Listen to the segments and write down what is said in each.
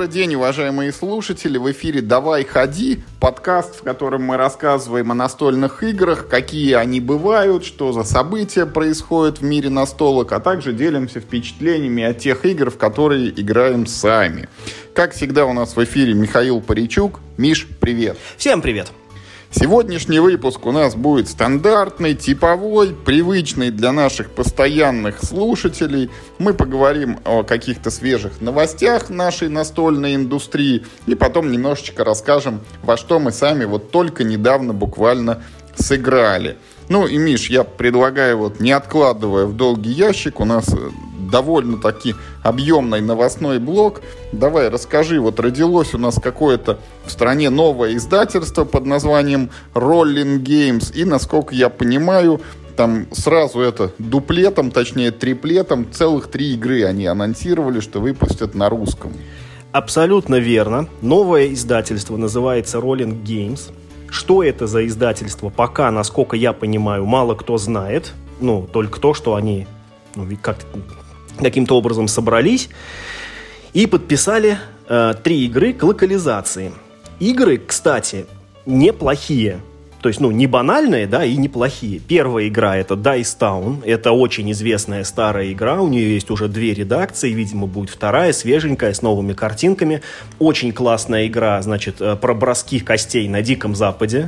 Добрый день, уважаемые слушатели. В эфире «Давай, ходи», подкаст, в котором мы рассказываем о настольных играх, какие они бывают, что за события происходят в мире настолок, а также делимся впечатлениями от тех игр, в которые играем сами. Как всегда, у нас в эфире Михаил Паричук. Миш, привет. Всем привет. Сегодняшний выпуск у нас будет стандартный, типовой, привычный для наших постоянных слушателей. Мы поговорим о каких-то свежих новостях нашей настольной индустрии и потом немножечко расскажем, во что мы сами вот только недавно буквально сыграли. Ну и, Миш, я предлагаю, не откладывая в долгий ящик, у нас довольно-таки объемный новостной блок. Давай расскажи, родилось у нас какое-то в стране новое издательство под названием Rolling Games, и, насколько я понимаю, там сразу это дуплетом, точнее триплетом, целых 3 игры они анонсировали, что выпустят на русском. Абсолютно верно. Новое издательство называется Rolling Games. Что это за издательство, пока, насколько я понимаю, мало кто знает. Только то, что они каким-то образом собрались и подписали 3 игры к локализации. Игры, кстати, неплохие. То есть, не банальные, да, и неплохие. Первая игра — это Dice Town. Это очень известная старая игра. У нее есть уже 2 редакции. Видимо, будет вторая, свеженькая, с новыми картинками. Очень классная игра, про броски костей на Диком Западе.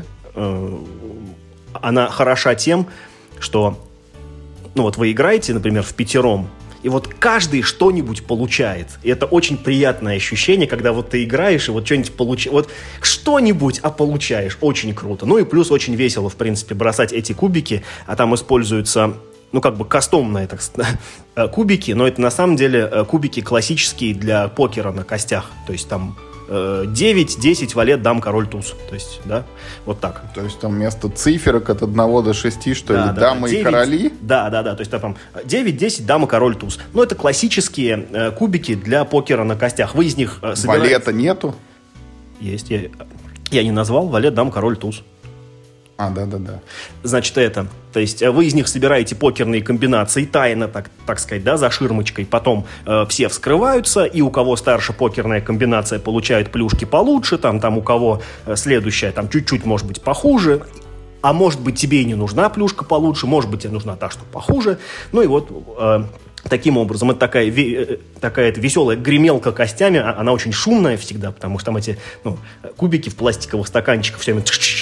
Она хороша тем, что вы играете, например, впятером, и каждый что-нибудь получает. И это очень приятное ощущение, когда ты играешь, и что-нибудь получаешь. Что-нибудь, а получаешь. Очень круто. И плюс очень весело, в принципе, бросать эти кубики, а там используются, кастомные кубики, но это на самом деле кубики классические для покера на костях. То есть там 9, 10, валет, дам, король, туз. То есть, да, вот так. То есть там вместо циферок от 1 до 6, что ли, дамы 9, и короли? Да. То есть там 9, 10, дама, король, туз. Это классические кубики для покера на костях. Вы из них собираете... Валета нету? Есть. Я не назвал. Валет, дам, король, туз. Да. То есть вы из них собираете покерные комбинации тайно, так сказать, да, за ширмочкой. Потом все вскрываются, и у кого старше покерная комбинация, получают плюшки получше, там у кого следующая, чуть-чуть, может быть, похуже. А может быть, тебе и не нужна плюшка получше, может быть, тебе нужна та, что похуже. Таким образом, это такая веселая гремелка костями, она очень шумная всегда, потому что там эти кубики в пластиковых стаканчиках все время...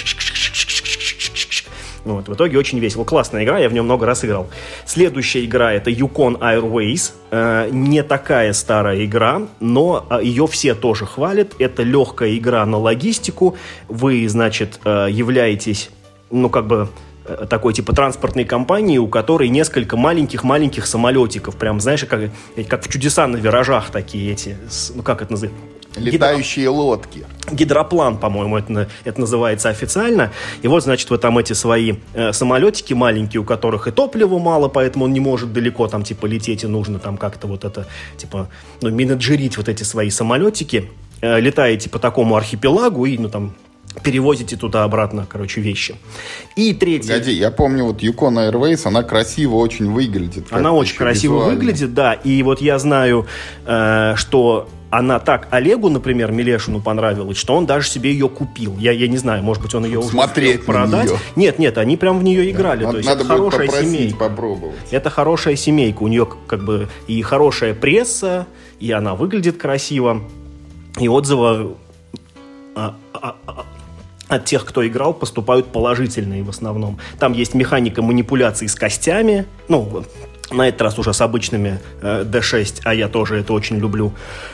В итоге очень весело. Классная игра, я в нее много раз играл. Следующая игра — это Yukon Airways. Не такая старая игра, но ее все тоже хвалят. Это легкая игра на логистику. Вы, являетесь, такой типа транспортной компании, у которой несколько маленьких самолетиков. Прям, как в «Чудеса на виражах» такие эти, как это называется? Летающие лодки. Гидроплан, по-моему, это называется официально. И вы там эти свои самолетики маленькие, у которых и топлива мало, поэтому он не может далеко лететь, и нужно как-то менеджерить эти свои самолетики. Летаете по такому архипелагу и, перевозите туда-обратно, вещи. И третья... Погоди, я помню, Yukon Airways, она красиво очень выглядит. Она очень красиво выглядит, да. И я знаю, что она так Олегу, например, Милешину понравилась, что он даже себе ее купил. Я не знаю, может быть, он ее уже успел продать. Нет, они прям в нее играли. То есть надо это хорошая семейка. Попробовать. Это хорошая семейка. У нее и хорошая пресса, и она выглядит красиво. И отзывы от тех, кто играл, поступают положительные в основном. Там есть механика манипуляций с костями. На этот раз уже с обычными D6, а я тоже это очень люблю.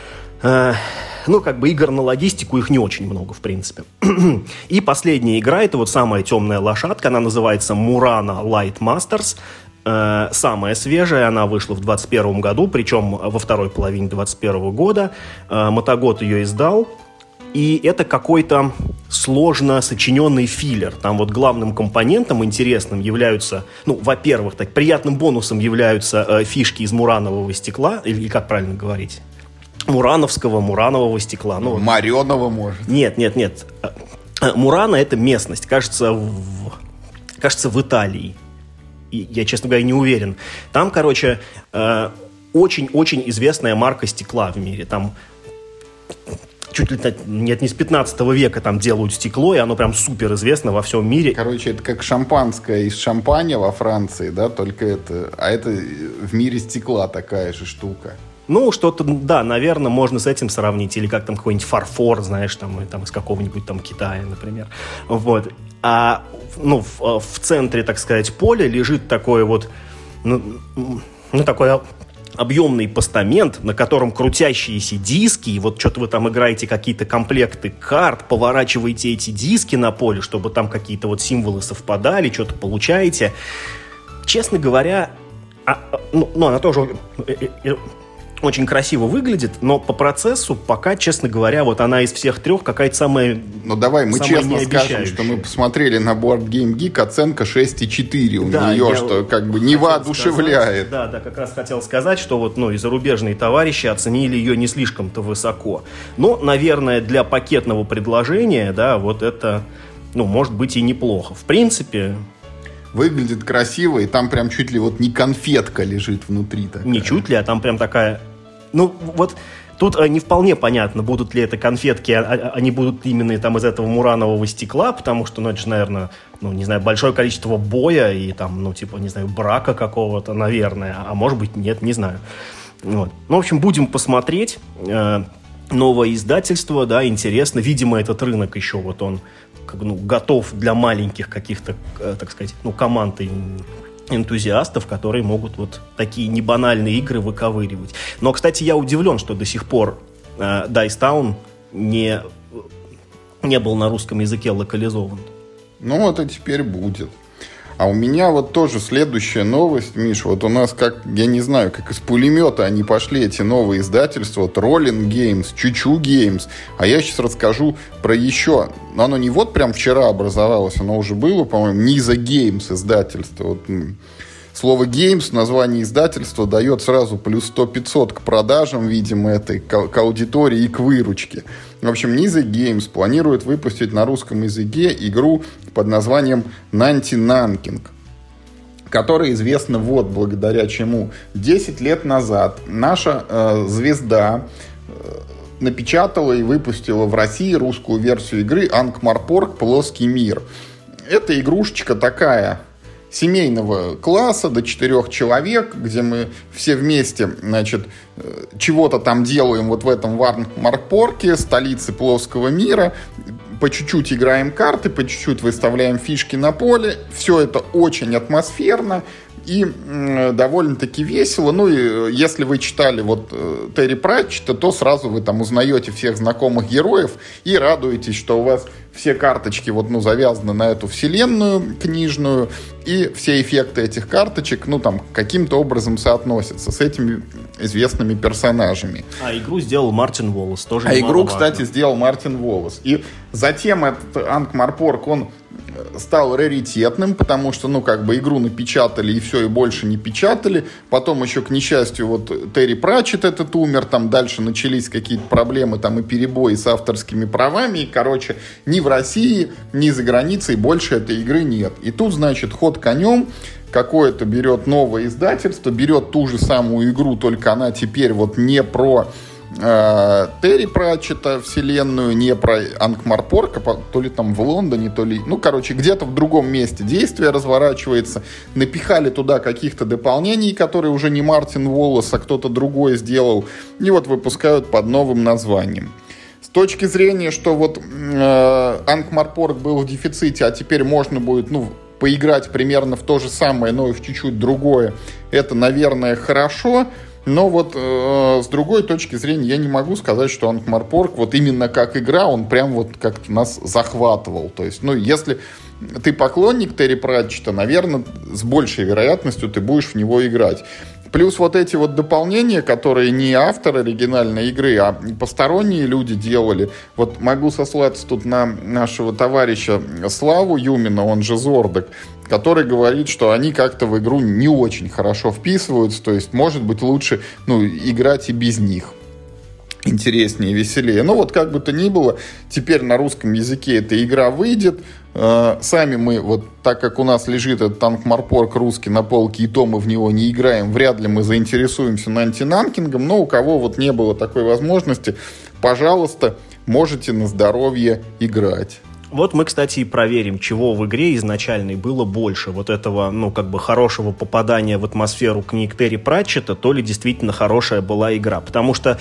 Игр на логистику, их не очень много, в принципе. И последняя игра, это самая темная лошадка, она называется Murano Light Masters. Самая свежая, она вышла в 2021 году, причем во второй половине 2021 года. Мотогод ее издал. И это какой-то сложно сочиненный филлер. Там главным компонентом интересным являются, во-первых, приятным бонусом являются фишки из муранового стекла, или как правильно говорить? Муранового стекла. Мореного, может? Нет. Мурано — это местность, кажется, в Италии. Я, честно говоря, не уверен. Там, очень-очень известная марка стекла в мире. Там чуть ли не с 15 века там делают стекло, и оно прям супер известно во всем мире. Короче, это как шампанское из шампаня во Франции, да, только это... А это в мире стекла такая же штука. Ну, что-то, да, наверное, можно с этим сравнить. Или как там какой-нибудь фарфор, знаешь, там из какого-нибудь там Китая, например. Вот. А в центре, так сказать, поля лежит такое вот, такой объемный постамент, на котором крутящиеся диски, и вот что-то вы там играете какие-то комплекты карт, поворачиваете эти диски на поле, чтобы там какие-то вот символы совпадали, что-то получаете. Честно говоря, она тоже очень красиво выглядит, но по процессу пока, честно говоря, вот она из всех трех какая-то самая... Ну давай мы честно скажем, что мы посмотрели на Board Game Geek, оценка 6,4 у нее, что как бы не воодушевляет. Да, как раз хотел сказать, что вот, и зарубежные товарищи оценили ее не слишком-то высоко. Но, наверное, для пакетного предложения, да, вот это, может быть и неплохо. В принципе... Выглядит красиво, и там прям чуть ли вот не конфетка лежит внутри такая. Не чуть ли, а там прям такая... вот тут не вполне понятно, будут ли это конфетки, они будут именно там из этого муранового стекла, потому что, это же, наверное, не знаю, большое количество боя и там, не знаю, брака какого-то, наверное, а может быть нет, не знаю. Вот. В общем, будем посмотреть. Новое издательство, да, интересно. Видимо, этот рынок еще вот он готов для маленьких каких-то, так сказать, команд и энтузиастов, которые могут вот такие небанальные игры выковыривать. Но, кстати, я удивлен, что до сих пор Dice Town не был на русском языке локализован. Это теперь будет. А у меня вот тоже следующая новость, Миш, вот у нас я не знаю, как из пулемета они пошли, эти новые издательства, вот Rolling Games, Чучу Games, а я сейчас расскажу про еще, но оно не вот прям вчера образовалось, оно уже было, по-моему, Nisa Games издательство, вот. Слово «games» в названии издательства дает сразу плюс 100-500 к продажам, видимо, этой, к аудитории и к выручке. В общем, Nisa Games планирует выпустить на русском языке игру под названием «Нанти Нанкинг», которая известна благодаря чему. 10 лет назад наша звезда напечатала и выпустила в России русскую версию игры «Анкмарпорк. Плоский мир». Это игрушечка такая... семейного класса до 4 человек, где мы все вместе, чего-то там делаем вот в этом Анкмарпорке, столице плоского мира, по чуть-чуть играем карты, по чуть-чуть выставляем фишки на поле. Все это очень атмосферно и довольно-таки весело. И если вы читали Терри Пратчетта, то сразу вы там узнаете всех знакомых героев и радуетесь, что у вас все карточки завязаны на эту вселенную книжную, и все эффекты этих карточек, каким-то образом соотносятся с этими известными персонажами. А игру сделал Мартин Воллес, тоже. А игру, кстати, сделал Мартин Воллес. И затем этот Анкмарпорк, он стал раритетным, потому что, игру напечатали и все, и больше не печатали. Потом еще, к несчастью, Терри Пратчетт этот умер, там дальше начались какие-то проблемы там и перебои с авторскими правами, и, ни в России, ни за границей больше этой игры нет. И тут, ход конем, какое-то берет новое издательство, берет ту же самую игру, только она теперь не про Терри Пратчетта вселенную, не про Анкмарпорка, то ли там в Лондоне, то ли... где-то в другом месте действие разворачивается. Напихали туда каких-то дополнений, которые уже не Мартин Воллес, а кто-то другой сделал. И выпускают под новым названием. С точки зрения, что Анкмарпорк был в дефиците, а теперь можно будет, поиграть примерно в то же самое, но и в чуть-чуть другое, это, наверное, хорошо. Но с другой точки зрения я не могу сказать, что Анкмарпорк именно как игра, он прям как-то нас захватывал. То есть, если ты поклонник Терри Пратчетта, наверное, с большей вероятностью ты будешь в него играть. Плюс эти дополнения, которые не автор оригинальной игры, а посторонние люди делали. Могу сослаться тут на нашего товарища Славу Юмина, он же Зордок, который говорит, что они как-то в игру не очень хорошо вписываются, то есть, может быть, лучше играть и без них. интереснее и веселее. Но вот как бы то ни было, теперь на русском языке эта игра выйдет. Сами мы, вот так как у нас лежит этот Анкмарпорк русский на полке, и то мы в него не играем, вряд ли мы заинтересуемся Нантинанкингом, но у кого вот не было такой возможности, пожалуйста, можете на здоровье играть. Вот мы, кстати, и проверим, чего в игре изначальной было больше. Вот этого, ну, как бы хорошего попадания в атмосферу книг Терри Пратчетта, то ли действительно хорошая была игра. Потому что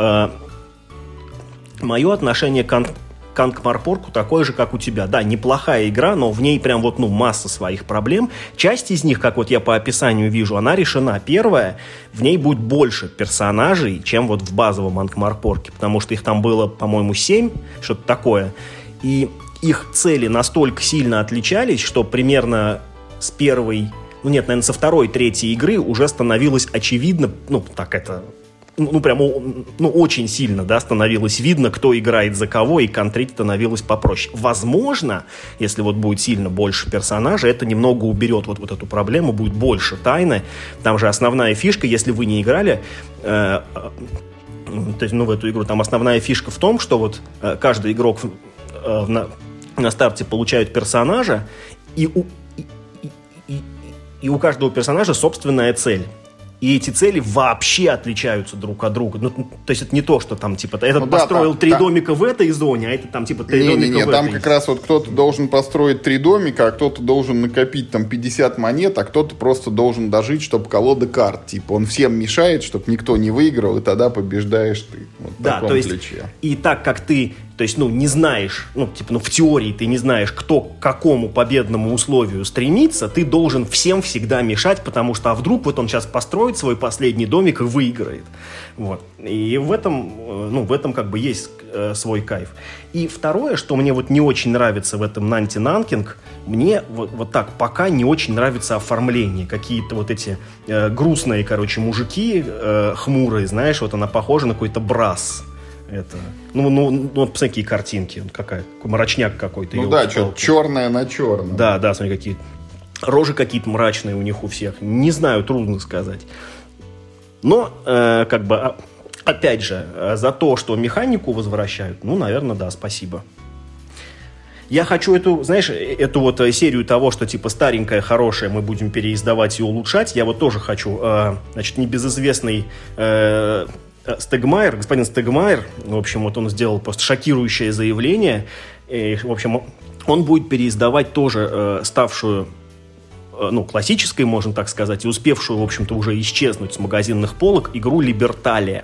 мое отношение к Анкмарпорку такое же, как у тебя. Да, неплохая игра, но в ней прям вот, ну, масса своих проблем. Часть из них, как вот я по описанию вижу, она решена. Первая, в ней будет больше персонажей, чем вот в базовом Анкмарпорке, потому что их там было, по-моему, 7, что-то такое. И их цели настолько сильно отличались, что примерно с первой, ну нет, наверное, со второй, третьей игры уже становилось очевидно, ну, так это, ну, прям, ну, очень сильно, да, становилось видно, кто играет за кого, и контрить становилось попроще. Возможно, если вот будет сильно больше персонажей, это немного уберет вот эту проблему, будет больше тайны. Там же основная фишка, если вы не играли, то есть, ну, в эту игру, там основная фишка в том, что вот каждый игрок на старте получают персонажа, и у каждого персонажа собственная цель. И эти цели вообще отличаются друг от друга. Ну, то есть это не то, что там, типа, этот ну, да, построил там, 3 домика в этой зоне, а это там, типа, 3 домика в этой. Там как раз вот кто-то должен построить 3 домика, а кто-то должен накопить там 50 монет, а кто-то просто должен дожить, чтобы колода карт. Типа, он всем мешает, чтобы никто не выиграл, и тогда побеждаешь ты. Вот в таком ключе. И так как ты, то есть, ну, не знаешь, ну, типа, ну, в теории ты не знаешь, кто к какому победному условию стремится, ты должен всем всегда мешать, потому что, а вдруг вот он сейчас построит свой последний домик и выиграет. Вот. И в этом как бы есть свой кайф. И второе, что мне вот не очень нравится в этом Нантинанкинг, мне вот так пока не очень нравится оформление. Какие-то вот эти грустные, короче, мужики хмурые, знаешь, вот она похожа на какой-то брас. Это, вот всякие картинки, какой мрачняк какой-то. Ну да, что черное на черном. Да, смотри, какие рожи какие-то мрачные у них у всех. Не знаю, трудно сказать. Но, как бы, опять же, за то, что механику возвращают, ну, наверное, да, спасибо. Я хочу эту вот серию того, что типа старенькая, хорошая, мы будем переиздавать и улучшать, я вот тоже хочу, значит, небезызвестный Стегмайер, господин Стегмайер, в общем, вот он сделал просто шокирующее заявление, и, в общем, он будет переиздавать тоже ставшую, ну, классической, можно так сказать, и успевшую, в общем-то, уже исчезнуть с магазинных полок игру «Либерталия».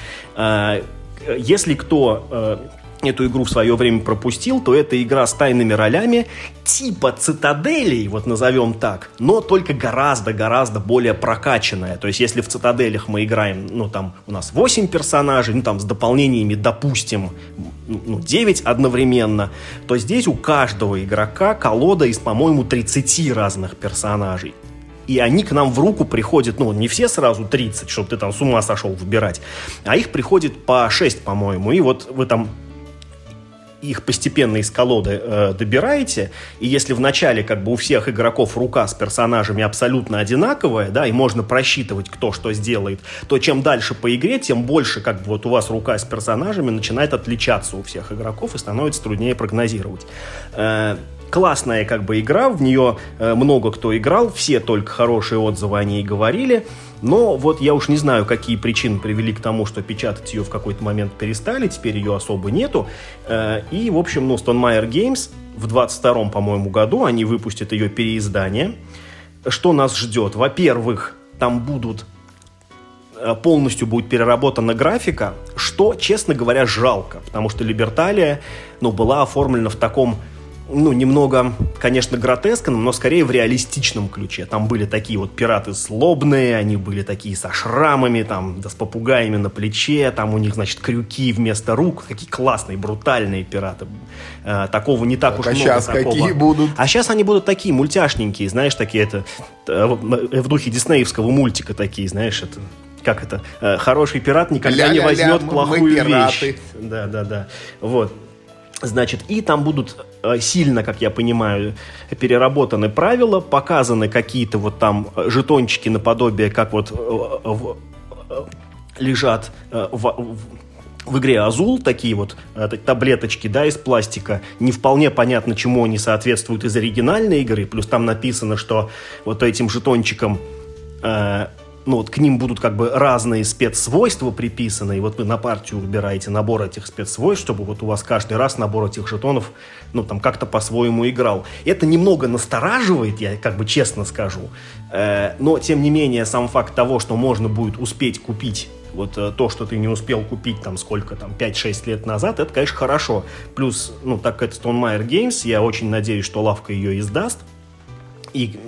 Если кто эту игру в свое время пропустил, то это игра с тайными ролями типа «Цитаделей», вот назовем так, но только гораздо-гораздо более прокачанная. То есть, если в «Цитаделях» мы играем, ну, там у нас 8 персонажей, ну, там с дополнениями, допустим, 9 одновременно, то здесь у каждого игрока колода из, по-моему, 30 разных персонажей. И они к нам в руку приходят, ну, не все сразу 30, чтобы ты там с ума сошел выбирать, а их приходит по 6, по-моему, и вот вы там их постепенно из колоды добираете, и если в начале как бы у всех игроков рука с персонажами абсолютно одинаковая, да, и можно просчитывать, кто что сделает, то чем дальше по игре, тем больше как бы вот у вас рука с персонажами начинает отличаться у всех игроков и становится труднее прогнозировать. Классная как бы игра, в нее много кто играл, все только хорошие отзывы о ней говорили, но вот я уж не знаю, какие причины привели к тому, что печатать ее в какой-то момент перестали, теперь ее особо нету, и, в общем, Stonemaier Games в 22-м, по-моему, году они выпустят ее переиздание. Что нас ждет? Во-первых, там полностью будет переработана графика, что, честно говоря, жалко, потому что Либерталия, была оформлена в таком, немного, конечно, гротескном, но скорее в реалистичном ключе. Там были такие вот пираты злобные, они были такие со шрамами, там, да, с попугаями на плече, там у них, значит, крюки вместо рук, такие классные, брутальные пираты. Такого не так уж много. А сейчас какие будут? А сейчас они будут такие мультяшненькие, знаешь, такие, это в духе диснеевского мультика такие, знаешь, это... Как это? Хороший пират никогда не возьмет плохую вещь. Да. Вот. Значит, и там будут сильно, как я понимаю, переработаны правила, показаны какие-то вот там жетончики наподобие, как вот лежат в игре Азул, такие вот таблеточки, да, из пластика. Не вполне понятно, чему они соответствуют из оригинальной игры. Плюс там написано, что вот этим жетончикам, вот к ним будут как бы разные спецсвойства приписаны. И вот вы на партию выбираете набор этих спецсвойств, чтобы вот у вас каждый раз набор этих жетонов, там как-то по-своему играл. Это немного настораживает, я как бы честно скажу. Но, тем не менее, сам факт того, что можно будет успеть купить вот то, что ты не успел купить там сколько там, 5-6 лет назад, это, конечно, хорошо. Плюс, так как это Stonemaier Games, я очень надеюсь, что лавка ее издаст. И,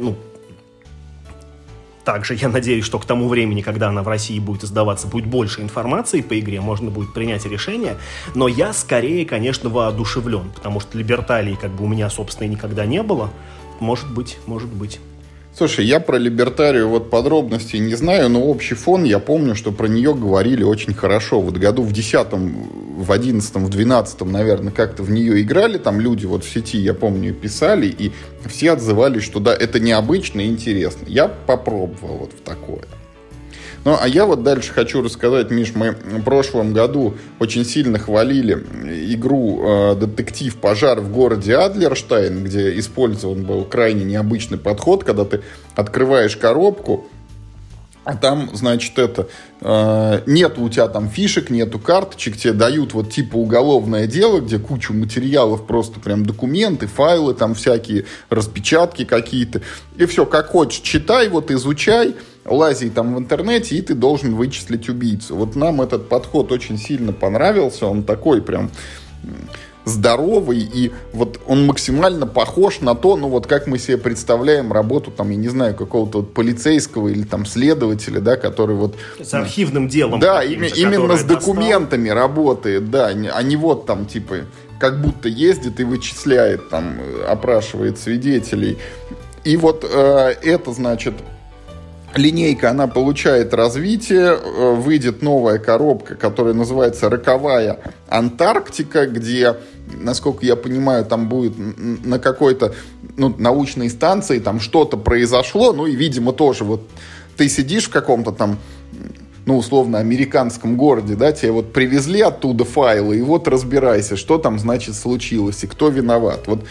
также я надеюсь, что к тому времени, когда она в России будет издаваться, будет больше информации по игре, можно будет принять решение. Но я скорее, конечно, воодушевлен, потому что Либерталии как бы у меня, собственно, и никогда не было. Может быть. Слушай, я про Либертарию вот подробностей не знаю, но общий фон, я помню, что про нее говорили очень хорошо. Вот году в 10-м, в 11-м, в 12-м, наверное, как-то в нее играли, там люди вот в сети, я помню, писали, и все отзывались, что да, это необычно и интересно. Я попробовал вот в такое. Ну, а я вот дальше хочу рассказать, Миш, мы в прошлом году очень сильно хвалили игру «Детектив Пожар в городе Адлерштайн», где использован был крайне необычный подход, когда ты открываешь коробку, а там, значит, нету у тебя там фишек, нету карточек, тебе дают вот типа уголовное дело, где кучу материалов, просто прям документы, файлы там всякие, распечатки какие-то. И все, как хочешь, читай, вот изучай, лази там в интернете, и ты должен вычислить убийцу. Вот нам этот подход очень сильно понравился, он такой прям здоровый, и вот он максимально похож на то, вот как мы себе представляем работу, там, я не знаю, какого-то вот полицейского или там следователя, да, который вот... С архивным делом. Да, именно с документами работает, да, а не вот там, типа, как будто ездит и вычисляет, там, опрашивает свидетелей. И вот это, значит... Линейка, она получает развитие, выйдет новая коробка, которая называется «Роковая Антарктика», где, насколько я понимаю, там будет на какой-то научной станции там что-то произошло, и, видимо, тоже вот ты сидишь в каком-то там, условно, американском городе, да, тебе вот привезли оттуда файлы, и вот разбирайся, что там, значит, случилось, и кто виноват. Вот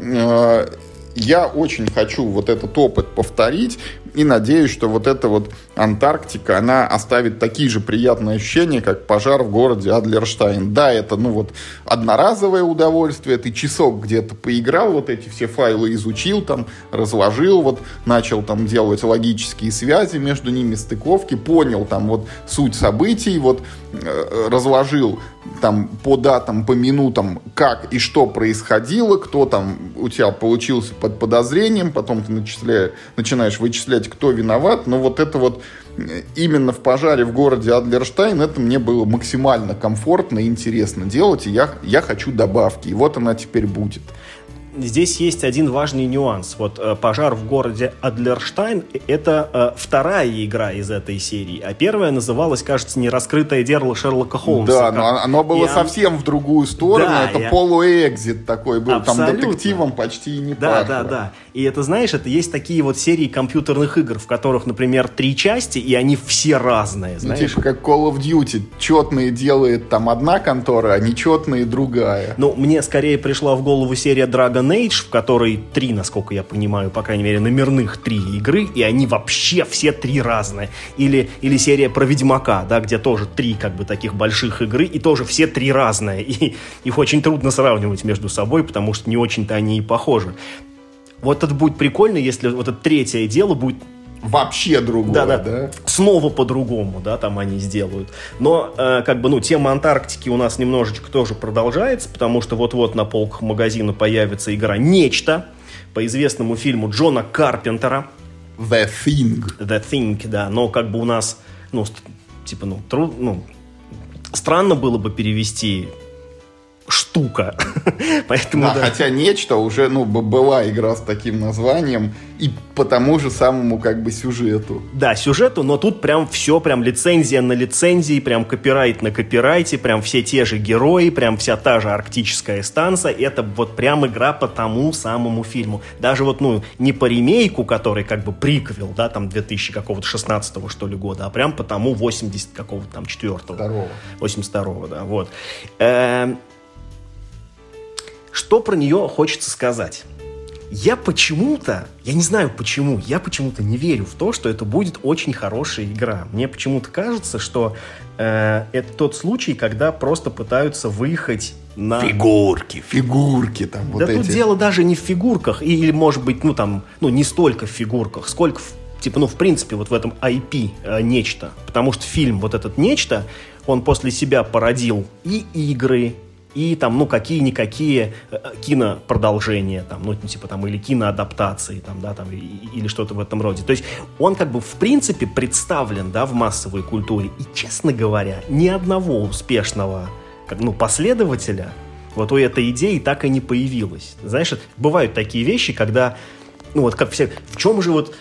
я очень хочу вот этот опыт повторить, и надеюсь, что вот эта вот Антарктика, она оставит такие же приятные ощущения, как пожар в городе Адлерштайн. Да, это, одноразовое удовольствие, ты часок где-то поиграл, вот эти все файлы изучил, там, разложил, вот, начал там делать логические связи между ними, стыковки, понял там вот суть событий, вот, разложил там по датам, по минутам, как и что происходило, кто там у тебя получился под подозрением, потом ты начинаешь вычислять, кто виноват, но вот это вот именно в пожаре в городе Адлерштайн это мне было максимально комфортно и интересно делать, и я хочу добавки, и вот она теперь будет. Здесь есть один важный нюанс. Вот «Пожар в городе Адлерштайн» — это вторая игра из этой серии, а первая называлась, кажется, «Нераскрытое дело Шерлока Холмса». Да, но оно было совсем в другую сторону, да, это полуэкзит такой был, абсолютно. Там детективом почти и не пахло. Да. И это, знаешь, это есть такие вот серии компьютерных игр, в которых, например, 3 части, и они все разные, знаешь. Типа как Call of Duty, четные делает там одна контора, а нечетные другая. Мне скорее пришла в голову серия Dragon Age, в которой 3, насколько я понимаю, по крайней мере, номерных 3 игры, и они вообще все 3 разные. Или серия про Ведьмака, да, где тоже 3 как бы таких больших игры, и тоже все 3 разные. И их очень трудно сравнивать между собой, потому что не очень-то они и похожи. Вот это будет прикольно, если вот это третье дело будет вообще другое, да? Снова по-другому, да, там они сделают. Но, тема Антарктики у нас немножечко тоже продолжается, потому что вот-вот на полках магазина появится игра «Нечто» по известному фильму Джона Карпентера. The Thing, да. Но у нас, странно было бы перевести штука. Поэтому, да, хотя нечто уже, была игра с таким названием и по тому же самому как бы сюжету. Да, сюжету, но тут прям все, прям лицензия на лицензии, прям копирайт на копирайте, прям все те же герои, прям вся та же арктическая станция. Это вот прям игра по тому самому фильму. Даже вот, не по ремейку, который как бы приквел, да, там 2016 что ли года, а прям по тому 80 какого-то там 4-го. 82-го, да, вот. Что про нее хочется сказать? Я не знаю почему, я почему-то не верю в то, что это будет очень хорошая игра. Мне почему-то кажется, что это тот случай, когда просто пытаются выехать на... Фигурки там вот да эти. Тут дело даже не в фигурках, или, может быть, не столько в фигурках, сколько, в принципе, вот в этом IP нечто. Потому что фильм вот этот «Нечто», он после себя породил и игры, и там, какие-никакие кинопродолжения, там, или киноадаптации, там, да, там, или что-то в этом роде. То есть он как бы в принципе представлен, да, в массовой культуре. И, честно говоря, ни одного успешного последователя вот у этой идеи так и не появилось. Знаешь, бывают такие вещи, когда, как все, в чем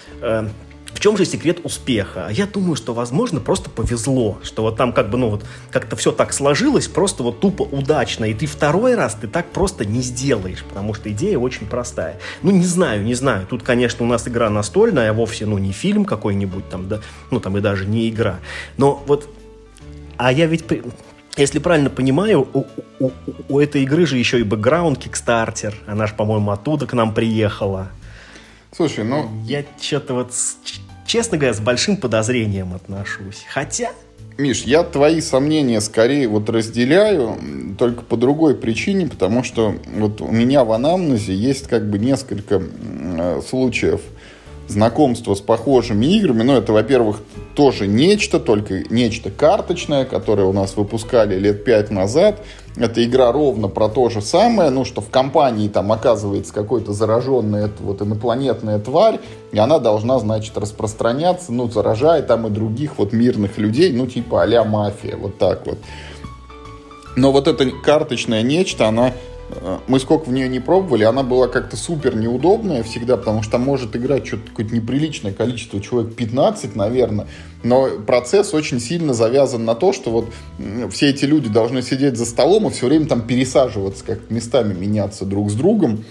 же секрет успеха? А я думаю, что, возможно, просто повезло, что вот там как-то все так сложилось, просто вот тупо удачно, и ты второй раз ты так просто не сделаешь, потому что идея очень простая. Не знаю. Тут, конечно, у нас игра настольная, а вовсе, не фильм какой-нибудь там, да, и даже не игра. Но вот, а я ведь... Если правильно понимаю, у этой игры же еще и бэкграунд, кикстартер. Она же, по-моему, оттуда к нам приехала. Слушай, я что-то честно говоря, с большим подозрением отношусь. Хотя... Миш, я твои сомнения скорее разделяю, только по другой причине, потому что вот у меня в анамнезе есть несколько случаев знакомства с похожими играми. Это, во-первых, тоже нечто, только нечто карточное, которое у нас выпускали лет 5 назад. Эта игра ровно про то же самое, что в компании там оказывается какой-то зараженная инопланетная тварь, и она должна, распространяться, заражая там и других мирных людей, типа а-ля мафия, вот так вот. Но вот это карточное нечто, мы сколько в нее не пробовали, она была как-то супер неудобная всегда, потому что там может играть какое-то неприличное количество человек, 15, наверное. Но процесс очень сильно завязан на то, что все эти люди должны сидеть за столом и все время там пересаживаться, как-то местами меняться друг с другом.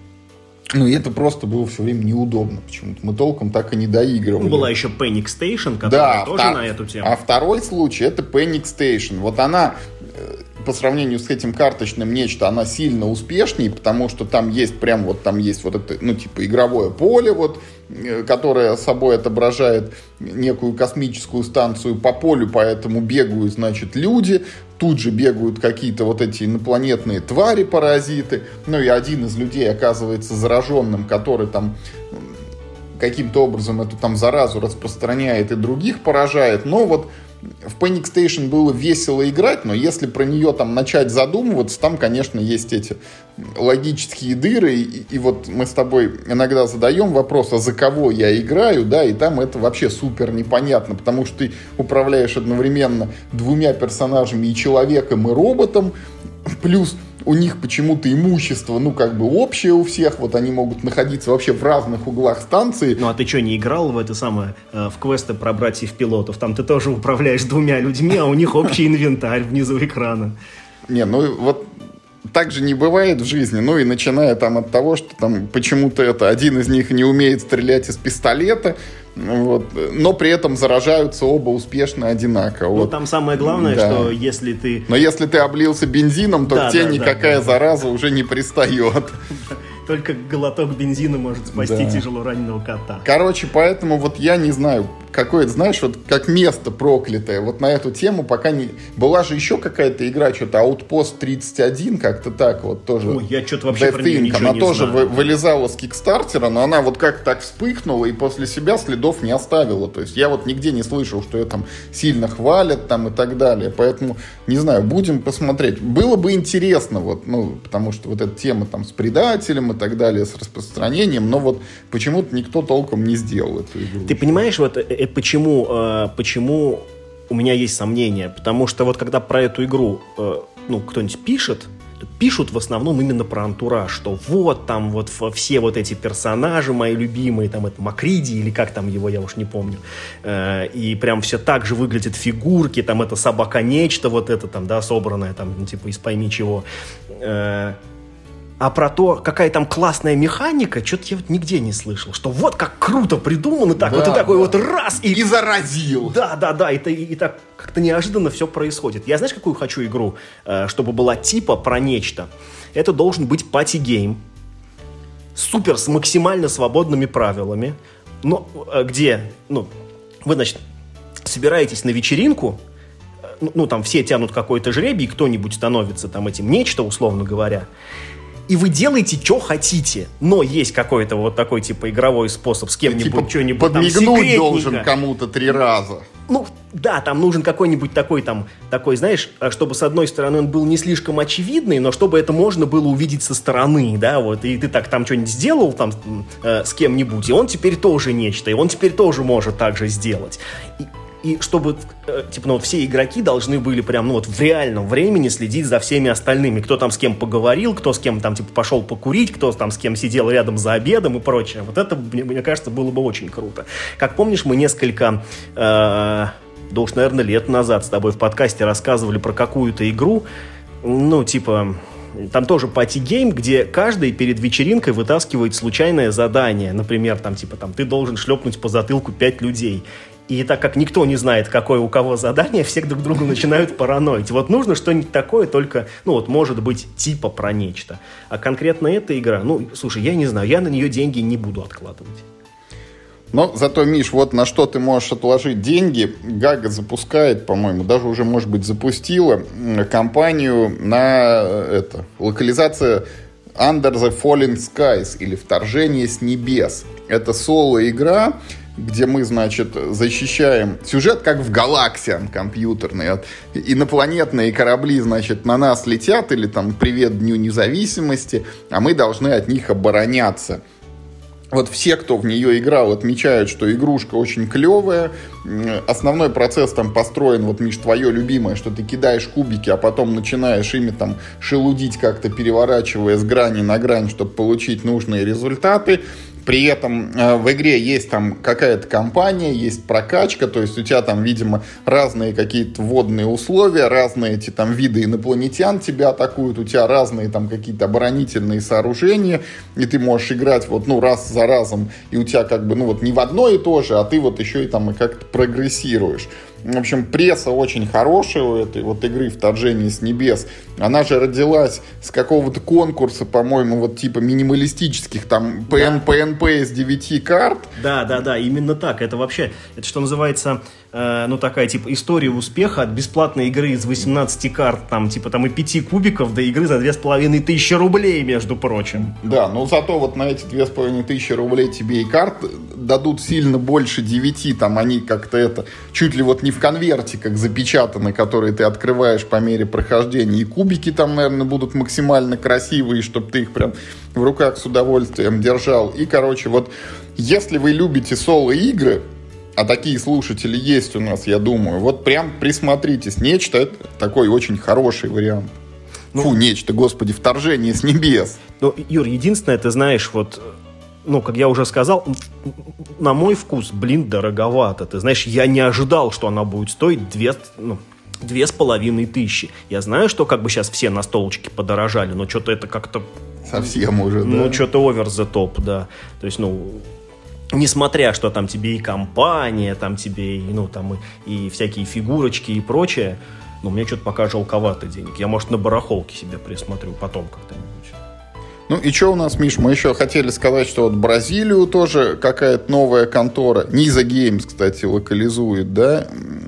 И это просто было все время неудобно почему-то. Мы толком так и не доигрывали. Была еще Panic Station, которая тоже на эту тему. А второй случай — это Panic Station. Вот она... по сравнению с этим карточным нечто, она сильно успешнее, потому что там есть это, игровое поле, которое собой отображает некую космическую станцию по полю, поэтому бегают, люди, тут же бегают какие-то эти инопланетные твари-паразиты, и один из людей оказывается зараженным, который там каким-то образом эту там заразу распространяет и других поражает, в Panic Station было весело играть, но если про нее там начать задумываться, там, конечно, есть эти логические дыры, и мы с тобой иногда задаем вопрос, а за кого я играю, да, и там это вообще супер непонятно, потому что ты управляешь одновременно двумя персонажами, и человеком, и роботом, плюс у них почему-то имущество, общее у всех, они могут находиться вообще в разных углах станции. А ты что, не играл в квесты про братьев-пилотов? Там ты тоже управляешь двумя людьми, а у них общий инвентарь внизу экрана. Так же не бывает в жизни, и начиная там от того, что там почему-то один из них не умеет стрелять из пистолета, но при этом заражаются оба успешно одинаково. Там самое главное, да. Что если ты... Но если ты облился бензином, то к тебе никакая зараза уже не пристает. Только глоток бензина может спасти тяжело раненого кота. Короче, поэтому я не знаю, какое-то, как место проклятое. На эту тему пока не... Была же еще какая-то игра, что-то Outpost 31, как-то так тоже. Ой, я что-то вообще про нее ничего она не тоже знаю. Вылезала с Кикстартера, но она как-то так вспыхнула и после себя следов не оставила. То есть я нигде не слышал, что ее там сильно хвалят там и так далее. Поэтому, не знаю, будем посмотреть. Было бы интересно, потому что эта тема там с предателем и так далее, с распространением, но почему-то никто толком не сделал эту игру. Ты понимаешь, почему у меня есть сомнения? Потому что когда про эту игру кто-нибудь пишет, пишут в основном именно про антураж, что вот там вот все вот эти персонажи мои любимые, там это Макриди или как там его, я уж не помню, и прям все так же выглядят фигурки, там это собака-нечто, вот это там, да, собранное там, типа из пойми чего. А про то, какая там классная механика, что-то я вот нигде не слышал. Что вот как круто придумано, так да, вот и такой вот раз. И заразил. Да, и так как-то неожиданно все происходит. Я знаешь, какую хочу игру, чтобы была типа про нечто? Это должен быть пати-гейм. Супер, с максимально свободными правилами. Но где, вы, значит, собираетесь на вечеринку, там все тянут какой-то жребий, кто-нибудь становится там этим нечто, условно говоря. И вы делаете, что хотите. Но есть какой-то вот такой, типа, игровой способ с кем-нибудь, типа, что-нибудь там подмигнуть должен кому-то 3 раза. Да, там нужен какой-нибудь такой, знаешь, чтобы, с одной стороны, он был не слишком очевидный, но чтобы это можно было увидеть со стороны, да, вот, и ты так там что-нибудь сделал там с кем-нибудь, и он теперь тоже нечто, и он теперь тоже может так же сделать. И чтобы, все игроки должны были прям, в реальном времени следить за всеми остальными. Кто там с кем поговорил, кто с кем там, пошел покурить, кто там с кем сидел рядом за обедом и прочее. Вот это, мне кажется, было бы очень круто. Как помнишь, мы несколько, наверное, лет назад с тобой в подкасте рассказывали про какую-то игру, там тоже пати-гейм, где каждый перед вечеринкой вытаскивает случайное задание. Например, ты должен шлепнуть по затылку 5 людей. И так как никто не знает, какое у кого задание, все друг другу начинают параноить. Вот нужно что-нибудь такое, только, может быть, типа про нечто. А конкретно эта игра, слушай, я не знаю, я на нее деньги не буду откладывать. Но зато, Миш, вот на что ты можешь отложить деньги. Гага запускает, по-моему, даже уже, может быть, запустила компанию на локализация Under the Falling Skies или Вторжение с небес. Это соло-игра, где мы, значит, защищаем сюжет, как в Галаксиан компьютерный. Инопланетные корабли, значит, на нас летят, или там «Привет Дню независимости», а мы должны от них обороняться. Вот все, кто в нее играл, отмечают, что игрушка очень клевая. Основной процесс там построен, Миш, твое любимое, что ты кидаешь кубики, а потом начинаешь ими там шелудить как-то, переворачивая с грани на грань, чтобы получить нужные результаты. При этом в игре есть там какая-то кампания, есть прокачка, то есть у тебя там, видимо, разные какие-то водные условия, разные эти там виды инопланетян тебя атакуют, у тебя разные там какие-то оборонительные сооружения, и ты можешь играть раз за разом, и у тебя как бы, не в одно и то же, а ты еще и там и как-то прогрессируешь. В общем, пресса очень хорошая у этой игры «Вторжение с небес». Она же родилась с какого-то конкурса, по-моему, типа минималистических, там, PNP из 9 карт. Да, именно так. Это вообще, это что называется, такая, типа, история успеха от бесплатной игры из 18 карт, там, и 5 кубиков до игры за 2500 рублей, между прочим. Да, но зато на эти 2500 рублей тебе и карт дадут сильно больше 9, там, они как-то чуть ли не в конверте, как запечатаны, которые ты открываешь по мере прохождения. И кубики там, наверное, будут максимально красивые, чтобы ты их прям в руках с удовольствием держал. И, если вы любите соло-игры, а такие слушатели есть у нас, я думаю, прям присмотритесь. Нечто — это такой очень хороший вариант. Нечто, господи, «Вторжение с небес». Юр, единственное, ты знаешь, как я уже сказал, на мой вкус, дороговато. Ты знаешь, я не ожидал, что она будет стоить 2500. Я знаю, что сейчас все настолочки подорожали, но что-то это как-то... Совсем уже, да. Что-то over the top, да. То есть, несмотря, что там тебе и компания, там тебе и всякие фигурочки и прочее, мне что-то пока жалковато денег. Я, может, на барахолке себе присмотрю потом как-нибудь. И что у нас, Миш? Мы еще хотели сказать, что Бразилию тоже какая-то новая контора. Nisa Games, кстати, локализует, да?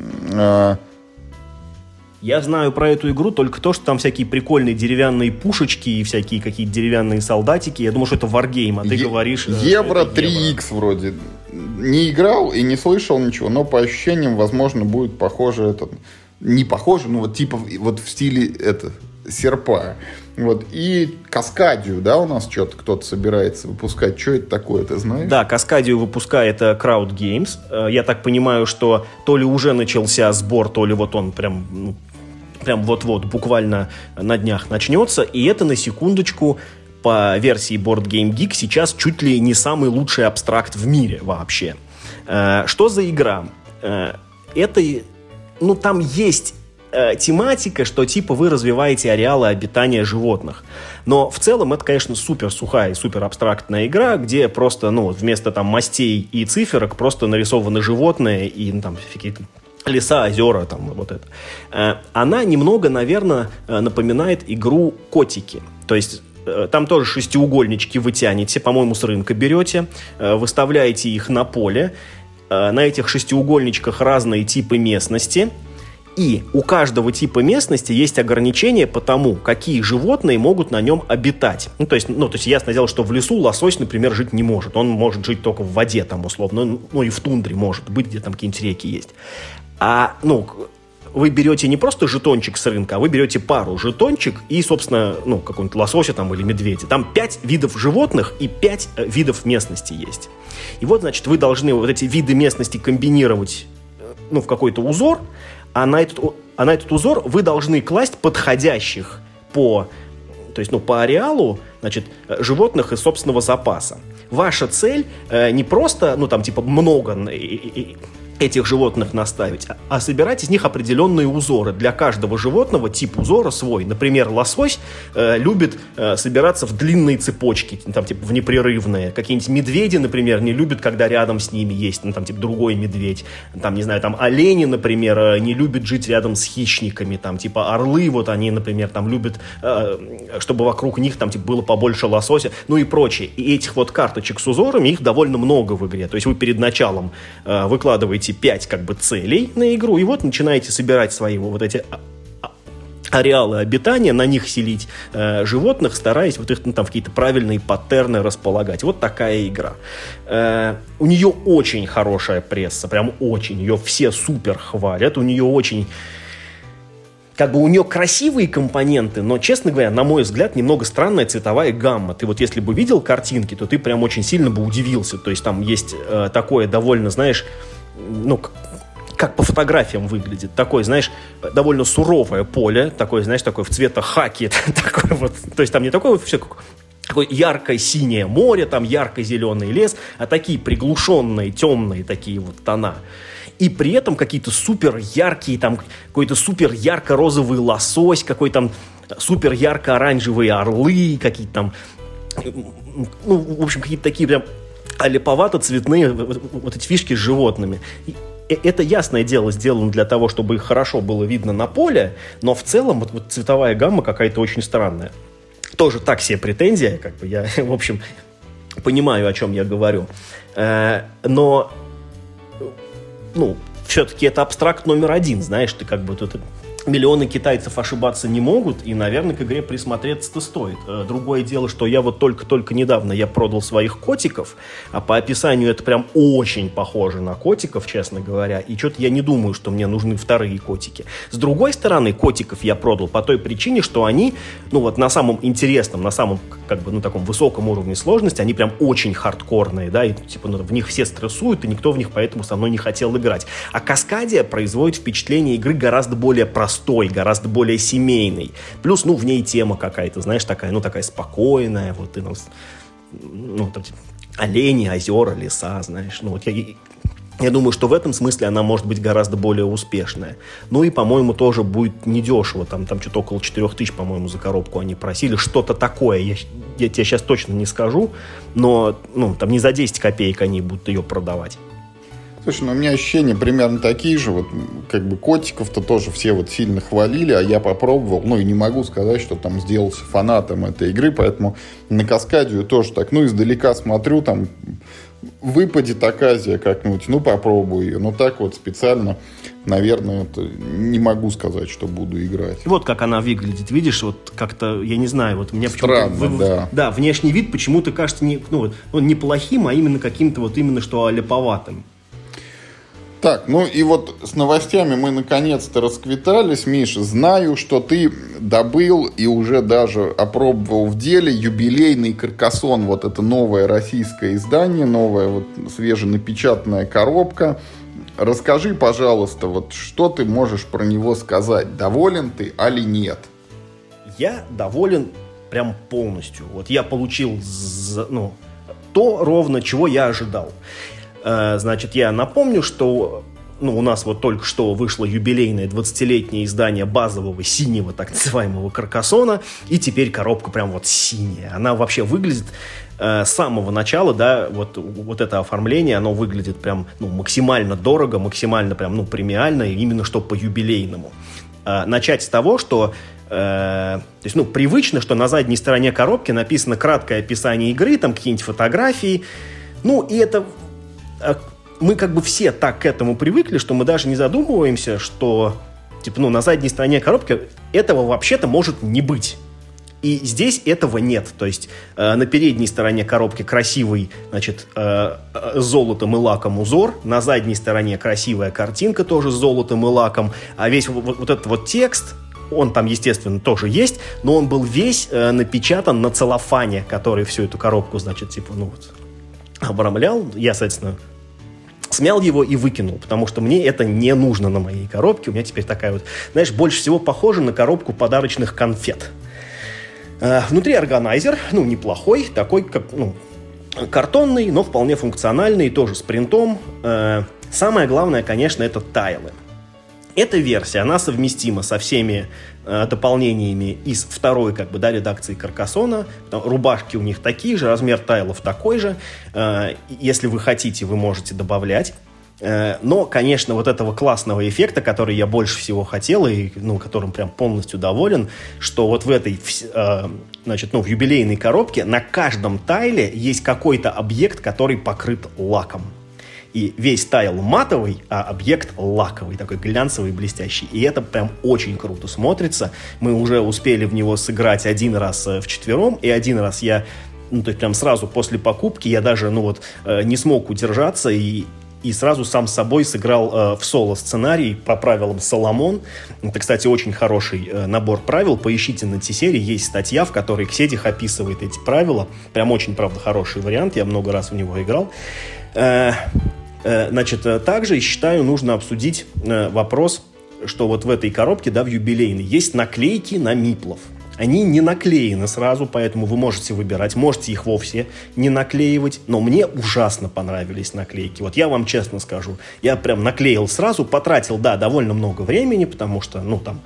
Я знаю про эту игру только то, что там всякие прикольные деревянные пушечки и всякие какие-то деревянные солдатики. Я думаю, что это Wargame, а ты говоришь... Евро 3X вроде. Не играл и не слышал ничего, но по ощущениям, возможно, будет похоже не похоже, типа в стиле серпа. И Каскадию, да, у нас что-то кто-то собирается выпускать. Что это такое, ты знаешь? Да, Каскадию выпускает Crowd Games. Я так понимаю, что то ли уже начался сбор, то ли он прям прям вот-вот, буквально на днях начнется. И это, на секундочку, по версии Board Game Geek, сейчас чуть ли не самый лучший абстракт в мире вообще. Что за игра? Это, ну, там есть тематика, что типа вы развиваете ареалы обитания животных. Но в целом это, конечно, супер сухая и супер абстрактная игра, где просто, ну, вместо там мастей и циферок просто нарисованы животные и, ну, там какие-то леса, озера, там вот это. Она немного, наверное, напоминает игру «Котики». То есть там тоже шестиугольнички вы тянете, по-моему, с рынка берете, выставляете их на поле. На этих шестиугольничках разные типы местности. И у каждого типа местности есть ограничения по тому, какие животные могут на нем обитать. Ну, то есть, ясное дело, что в лесу лосось, например, жить не может. Он может жить только в воде, там, условно. Ну, и в тундре может быть, где там какие-нибудь реки есть. Вы берете не просто жетончик с рынка, а вы берете пару жетончик и, собственно, какого-нибудь лосося там или медведя. Там 5 видов животных и 5 видов местности есть. И вот, значит, вы должны вот эти виды местности комбинировать, в какой-то узор, а на этот узор вы должны класть подходящих по ареалу, значит, животных из собственного запаса. Ваша цель не просто, много этих животных наставить, а собирать из них определенные узоры. Для каждого животного тип узора свой. Например, лосось любит собираться в длинные цепочки, в непрерывные. Какие-нибудь медведи, например, не любят, когда рядом с ними есть, другой медведь. Олени, например, не любят жить рядом с хищниками. Орлы, они, например, любят, чтобы вокруг них, было побольше лосося, и прочее. И этих карточек с узорами, их довольно много в игре. То есть вы перед началом выкладываете 5 целей на игру, и начинаете собирать свои эти ареалы обитания, на них селить животных, стараясь их в какие-то правильные паттерны располагать. Вот такая игра. У нее очень хорошая пресса, прям очень. Ее все супер хвалят. У нее очень... у нее красивые компоненты, но, честно говоря, на мой взгляд, немного странная цветовая гамма. Ты если бы видел картинки, то ты прям очень сильно бы удивился. То есть там есть такое довольно, знаешь, как по фотографиям выглядит. Такое, знаешь, довольно суровое поле, такое, знаешь, такое в цвета хаки. Такое то есть там не такое все такое ярко-синее море, там ярко-зеленый лес, а такие приглушенные, темные такие тона. И при этом какие-то супер яркие, какой-то супер ярко-розовый лосось, какой-то супер ярко-оранжевые орлы, какие-то в общем, какие-то такие прям леповато-цветные эти фишки с животными. И это, ясное дело, сделано для того, чтобы их хорошо было видно на поле, но в целом цветовая гамма какая-то очень странная. Тоже так себе претензия, я, в общем, понимаю, о чем я говорю. Но все-таки это абстракт номер один, знаешь, ты тут миллионы китайцев ошибаться не могут, и, наверное, к игре присмотреться-то стоит. Другое дело, что я только недавно я продал своих котиков, а по описанию это прям очень похоже на котиков, честно говоря, и что-то я не думаю, что мне нужны вторые котики. С другой стороны, котиков я продал по той причине, что они, на самом интересном, на самом, таком высоком уровне сложности, они прям очень хардкорные, да, и, в них все стрессуют, и никто в них поэтому со мной не хотел играть. А Каскадия производит впечатление игры гораздо более простой, гораздо более семейный. Плюс, в ней тема какая-то, знаешь, такая, такая спокойная, олени, озера, леса, знаешь, я думаю, что в этом смысле она может быть гораздо более успешная. И, по-моему, тоже будет недешево. Там что-то около 4000, по-моему, за коробку они просили. Что-то такое. Я тебе сейчас точно не скажу, но там не за 10 копеек они будут ее продавать. Слушай, у меня ощущения примерно такие же. Котиков-то тоже все сильно хвалили, а я попробовал. И не могу сказать, что там сделался фанатом этой игры, поэтому на Каскадию тоже так, издалека смотрю, там выпадет оказия как-нибудь, попробую ее. Но так специально, наверное, это не могу сказать, что буду играть. Вот как она выглядит, видишь, как-то, я не знаю, мне странно, почему-то... да. Да, внешний вид почему-то кажется не плохим, а именно каким-то именно что леповатым. Так, и с новостями мы наконец-то расквитались. Миша, знаю, что ты добыл и уже даже опробовал в деле юбилейный Каркасон. Это новое российское издание, новая свеженапечатанная коробка. Расскажи, пожалуйста, вот что ты можешь про него сказать? Доволен ты или нет? Я доволен прям полностью. Вот я получил то ровно, чего я ожидал. Значит, я напомню, что у нас вот только что вышло юбилейное 20-летнее издание базового синего, так называемого Каркасона, и теперь коробка прям вот синяя. Она вообще выглядит с самого начала, да, вот это оформление, оно выглядит прям максимально дорого, максимально прям премиально, именно что по юбилейному. Начать с того, что то есть, привычно, что на задней стороне коробки написано краткое описание игры, там какие-нибудь фотографии, и это... Мы как бы все так к этому привыкли, что мы даже не задумываемся, что на задней стороне коробки этого вообще-то может не быть. И здесь этого нет. То есть на передней стороне коробки красивый, значит, с золотом и лаком узор, на задней стороне красивая картинка тоже с золотом и лаком, а весь вот этот вот текст, он там, естественно, тоже есть, но он был весь напечатан на целлофане, который всю эту коробку, значит, обрамлял. Я, соответственно, смял его и выкинул, потому что мне это не нужно на моей коробке. У меня теперь такая вот, знаешь, больше всего похожа на коробку подарочных конфет. Внутри органайзер, неплохой, такой, как, картонный, но вполне функциональный, тоже с принтом. Самое главное, конечно, это тайлы. Эта версия, она совместима со всеми дополнениями из второй, редакции Каркасона. Рубашки у них такие же, размер тайлов такой же. Если вы хотите, вы можете добавлять. Но, конечно, вот этого классного эффекта, который я больше всего хотел и которым прям полностью доволен, что вот в этой, в юбилейной коробке на каждом тайле есть какой-то объект, который покрыт лаком. И весь тайл матовый, а объект лаковый, такой глянцевый, блестящий. И это прям очень круто смотрится. Мы уже успели в него сыграть один раз вчетвером, и один раз я, то есть прям сразу после покупки я даже, не смог удержаться и сразу сам с собой сыграл в соло-сценарий по правилам Соломон. Это, кстати, очень хороший набор правил. Поищите на T-серии, есть статья, в которой Кседих описывает эти правила. Прям очень, правда, хороший вариант. Я много раз в него играл. Значит, также, считаю, нужно обсудить вопрос, что вот в этой коробке, в юбилейной, есть наклейки на миплов. Они не наклеены сразу, поэтому вы можете выбирать, можете их вовсе не наклеивать, но мне ужасно понравились наклейки. Вот я вам честно скажу, я прям наклеил сразу, потратил, довольно много времени, потому что,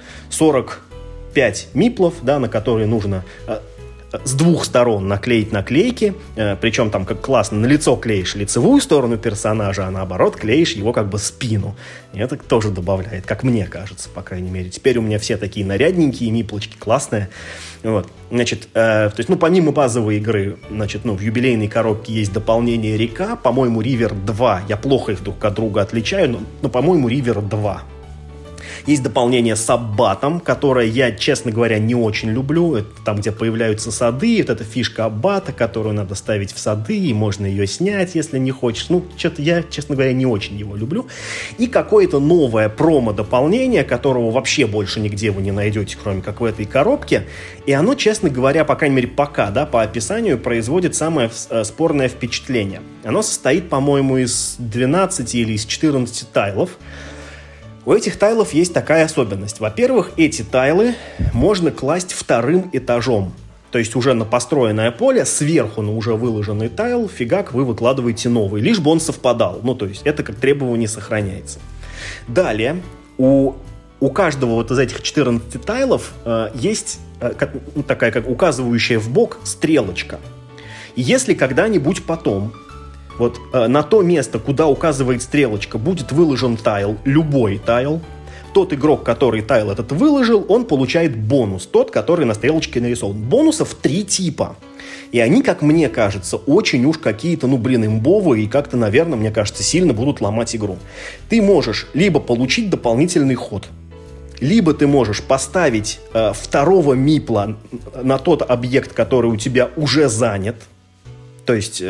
45 миплов, на которые нужно с двух сторон наклеить наклейки, причем там как классно, на лицо клеишь лицевую сторону персонажа, а наоборот клеишь его спину. И это тоже добавляет, как мне кажется, по крайней мере. Теперь у меня все такие нарядненькие миплочки, классные. Вот. Значит, то есть, помимо базовой игры, в юбилейной коробке есть дополнение «Река», по-моему, «Ривер 2». Я плохо их друг от друга отличаю, но по-моему, «Ривер 2». Есть дополнение с аббатом, которое я, честно говоря, не очень люблю. Это там, где появляются сады, вот эта фишка аббата, которую надо ставить в сады, и можно ее снять, если не хочешь. Что-то я, честно говоря, не очень его люблю. И какое-то новое промо-дополнение, которого вообще больше нигде вы не найдете, кроме как в этой коробке. И оно, честно говоря, по крайней мере, пока, по описанию, производит самое спорное впечатление. Оно состоит, по-моему, из 12 или из 14 тайлов. У этих тайлов есть такая особенность. Во-первых, эти тайлы можно класть вторым этажом. То есть уже на построенное поле, сверху на уже выложенный тайл, фигак, вы выкладываете новый, лишь бы он совпадал. То есть это как требование сохраняется. Далее, у каждого вот из этих 14 тайлов есть такая, как указывающая в бок стрелочка. И если когда-нибудь потом на то место, куда указывает стрелочка, будет выложен тайл, любой тайл, тот игрок, который тайл этот выложил, он получает бонус, тот, который на стрелочке нарисован. Бонусов 3 типа. И они, как мне кажется, очень уж какие-то, имбовые и как-то, наверное, мне кажется, сильно будут ломать игру. Ты можешь либо получить дополнительный ход, либо ты можешь поставить второго мипла на тот объект, который у тебя уже занят. То есть,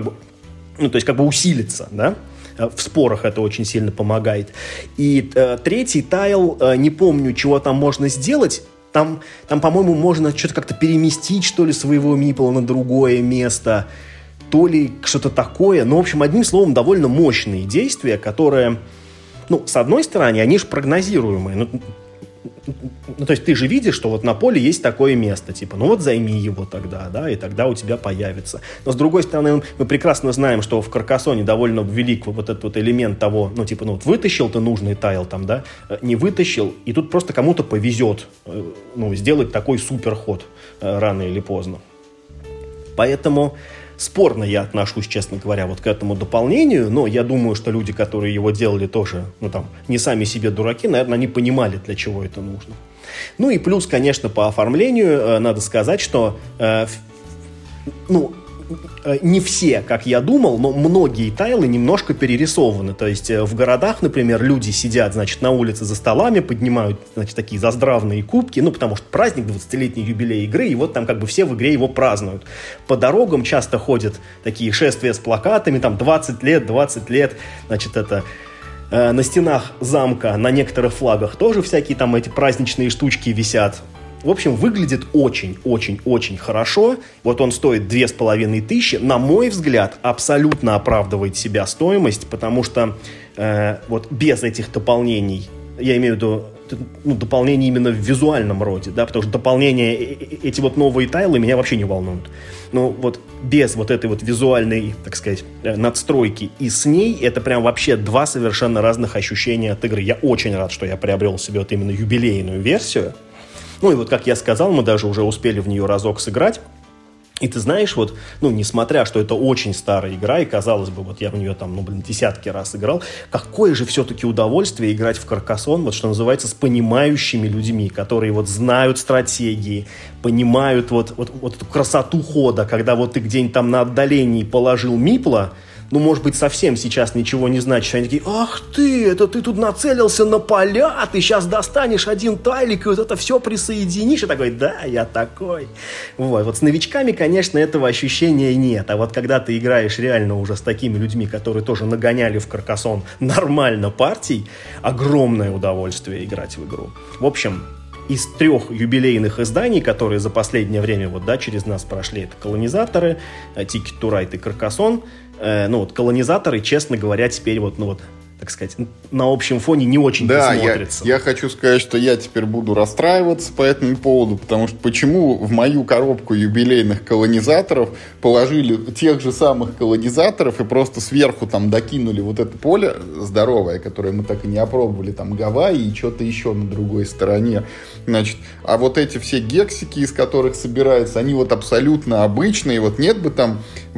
усилиться, да? В спорах это очень сильно помогает. И третий тайл, не помню, чего там можно сделать. Там, по-моему, можно что-то как-то переместить, что ли, своего мипла на другое место. То ли что-то такое. В общем, одним словом, довольно мощные действия, которые ну, с одной стороны, они же прогнозируемые. Ну, то есть ты же видишь, что вот на поле есть такое место, типа, ну вот займи его тогда, да, и тогда у тебя появится. Но с другой стороны, мы прекрасно знаем, что в Каркасоне довольно велик вот этот вот элемент того, ну, типа, ну, вот вытащил ты нужный тайл там, да, не вытащил, и тут просто кому-то повезет, ну, сделать такой суперход рано или поздно. Поэтому спорно я отношусь, честно говоря, вот к этому дополнению, но я думаю, что люди, которые его делали, тоже, ну, там, не сами себе дураки, наверное, они понимали, для чего это нужно. Ну и плюс, конечно, по оформлению надо сказать, что, не все, как я думал, но многие тайлы немножко перерисованы. То есть в городах, например, люди сидят, значит, на улице за столами, поднимают, значит, такие заздравные кубки, ну, потому что праздник, 20-летний юбилей игры, и вот там как бы все в игре его празднуют. По дорогам часто ходят такие шествия с плакатами, там 20 лет, значит, это... На стенах замка, на некоторых флагах тоже всякие там эти праздничные штучки висят. В общем, выглядит очень-очень-очень хорошо. Вот он стоит 2500. На мой взгляд, абсолютно оправдывает себя стоимость, потому что вот без этих дополнений, я имею в виду, ну, дополнения именно в визуальном роде, да, потому что дополнения, эти вот новые тайлы меня вообще не волнуют. Но вот без вот этой вот визуальной, так сказать, надстройки и с ней, это прям вообще два совершенно разных ощущения от игры. Я очень рад, что я приобрел себе вот именно юбилейную версию. Ну и вот, как я сказал, мы даже уже успели в нее разок сыграть. И ты знаешь, вот, ну, несмотря, что это очень старая игра, и, казалось бы, вот я в нее там, десятки раз играл, какое же все-таки удовольствие играть в Каркасон, вот, что называется, с понимающими людьми, которые вот знают стратегии, понимают вот эту красоту хода, когда вот ты где-нибудь там на отдалении положил мипла, ну, может быть, совсем сейчас ничего не значит. Они такие: ах ты, это ты тут нацелился на поля, ты сейчас достанешь один тайлик и вот это все присоединишь. И такой: да, я такой. Вот с новичками, конечно, этого ощущения нет. А вот когда ты играешь реально уже с такими людьми, которые тоже нагоняли в Каркасон нормально партий, огромное удовольствие играть в игру. В общем, из 3 юбилейных изданий, которые за последнее время вот, да, через нас прошли, это колонизаторы, Ticket to Ride и Каркасон. Ну вот колонизаторы, честно говоря, теперь вот, ну вот, так сказать, на общем фоне не очень-то смотрится. Я хочу сказать, что я теперь буду расстраиваться по этому поводу, потому что почему в мою коробку юбилейных колонизаторов положили тех же самых колонизаторов и просто сверху там докинули вот это поле здоровое, которое мы так и не опробовали, там Гавайи и что-то еще на другой стороне. Значит, а вот эти все гексики, из которых собираются, они вот абсолютно обычные. Вот нет бы там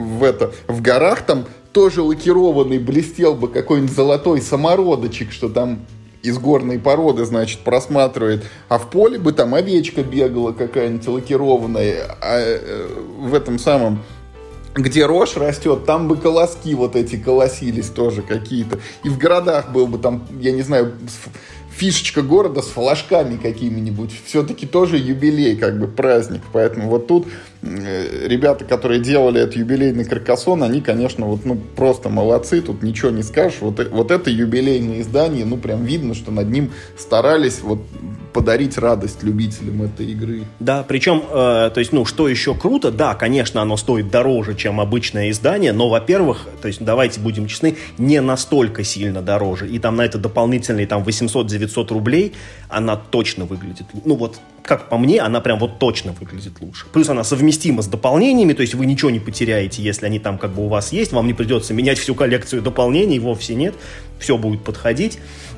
в горах там тоже лакированный блестел бы какой-нибудь золотой самородочек, что там из горной породы, значит, просматривает, а в поле бы там овечка бегала какая-нибудь лакированная, а в этом самом, где рожь растет, там бы колоски вот эти колосились тоже какие-то, и в городах был бы там, я не знаю, фишечка города с флажками какими-нибудь, все-таки тоже юбилей, как бы праздник, поэтому вот тут ребята, которые делали этот юбилейный Каркасон, они, конечно, вот, ну, просто молодцы, тут ничего не скажешь, вот это юбилейное издание, ну, прям видно, что над ним старались вот подарить радость любителям этой игры. Да, причем, то есть, ну, что еще круто, да, конечно, оно стоит дороже, чем обычное издание, но, во-первых, то есть, давайте будем честны, не настолько сильно дороже, и там на это дополнительные там 800-900 рублей она точно выглядит, ну, вот, как по мне, она прям вот точно выглядит лучше. Плюс она совместима с дополнениями, то есть вы ничего не потеряете, если они там как бы у вас есть, вам не придется менять всю коллекцию дополнений, вовсе нет, все будет подходить.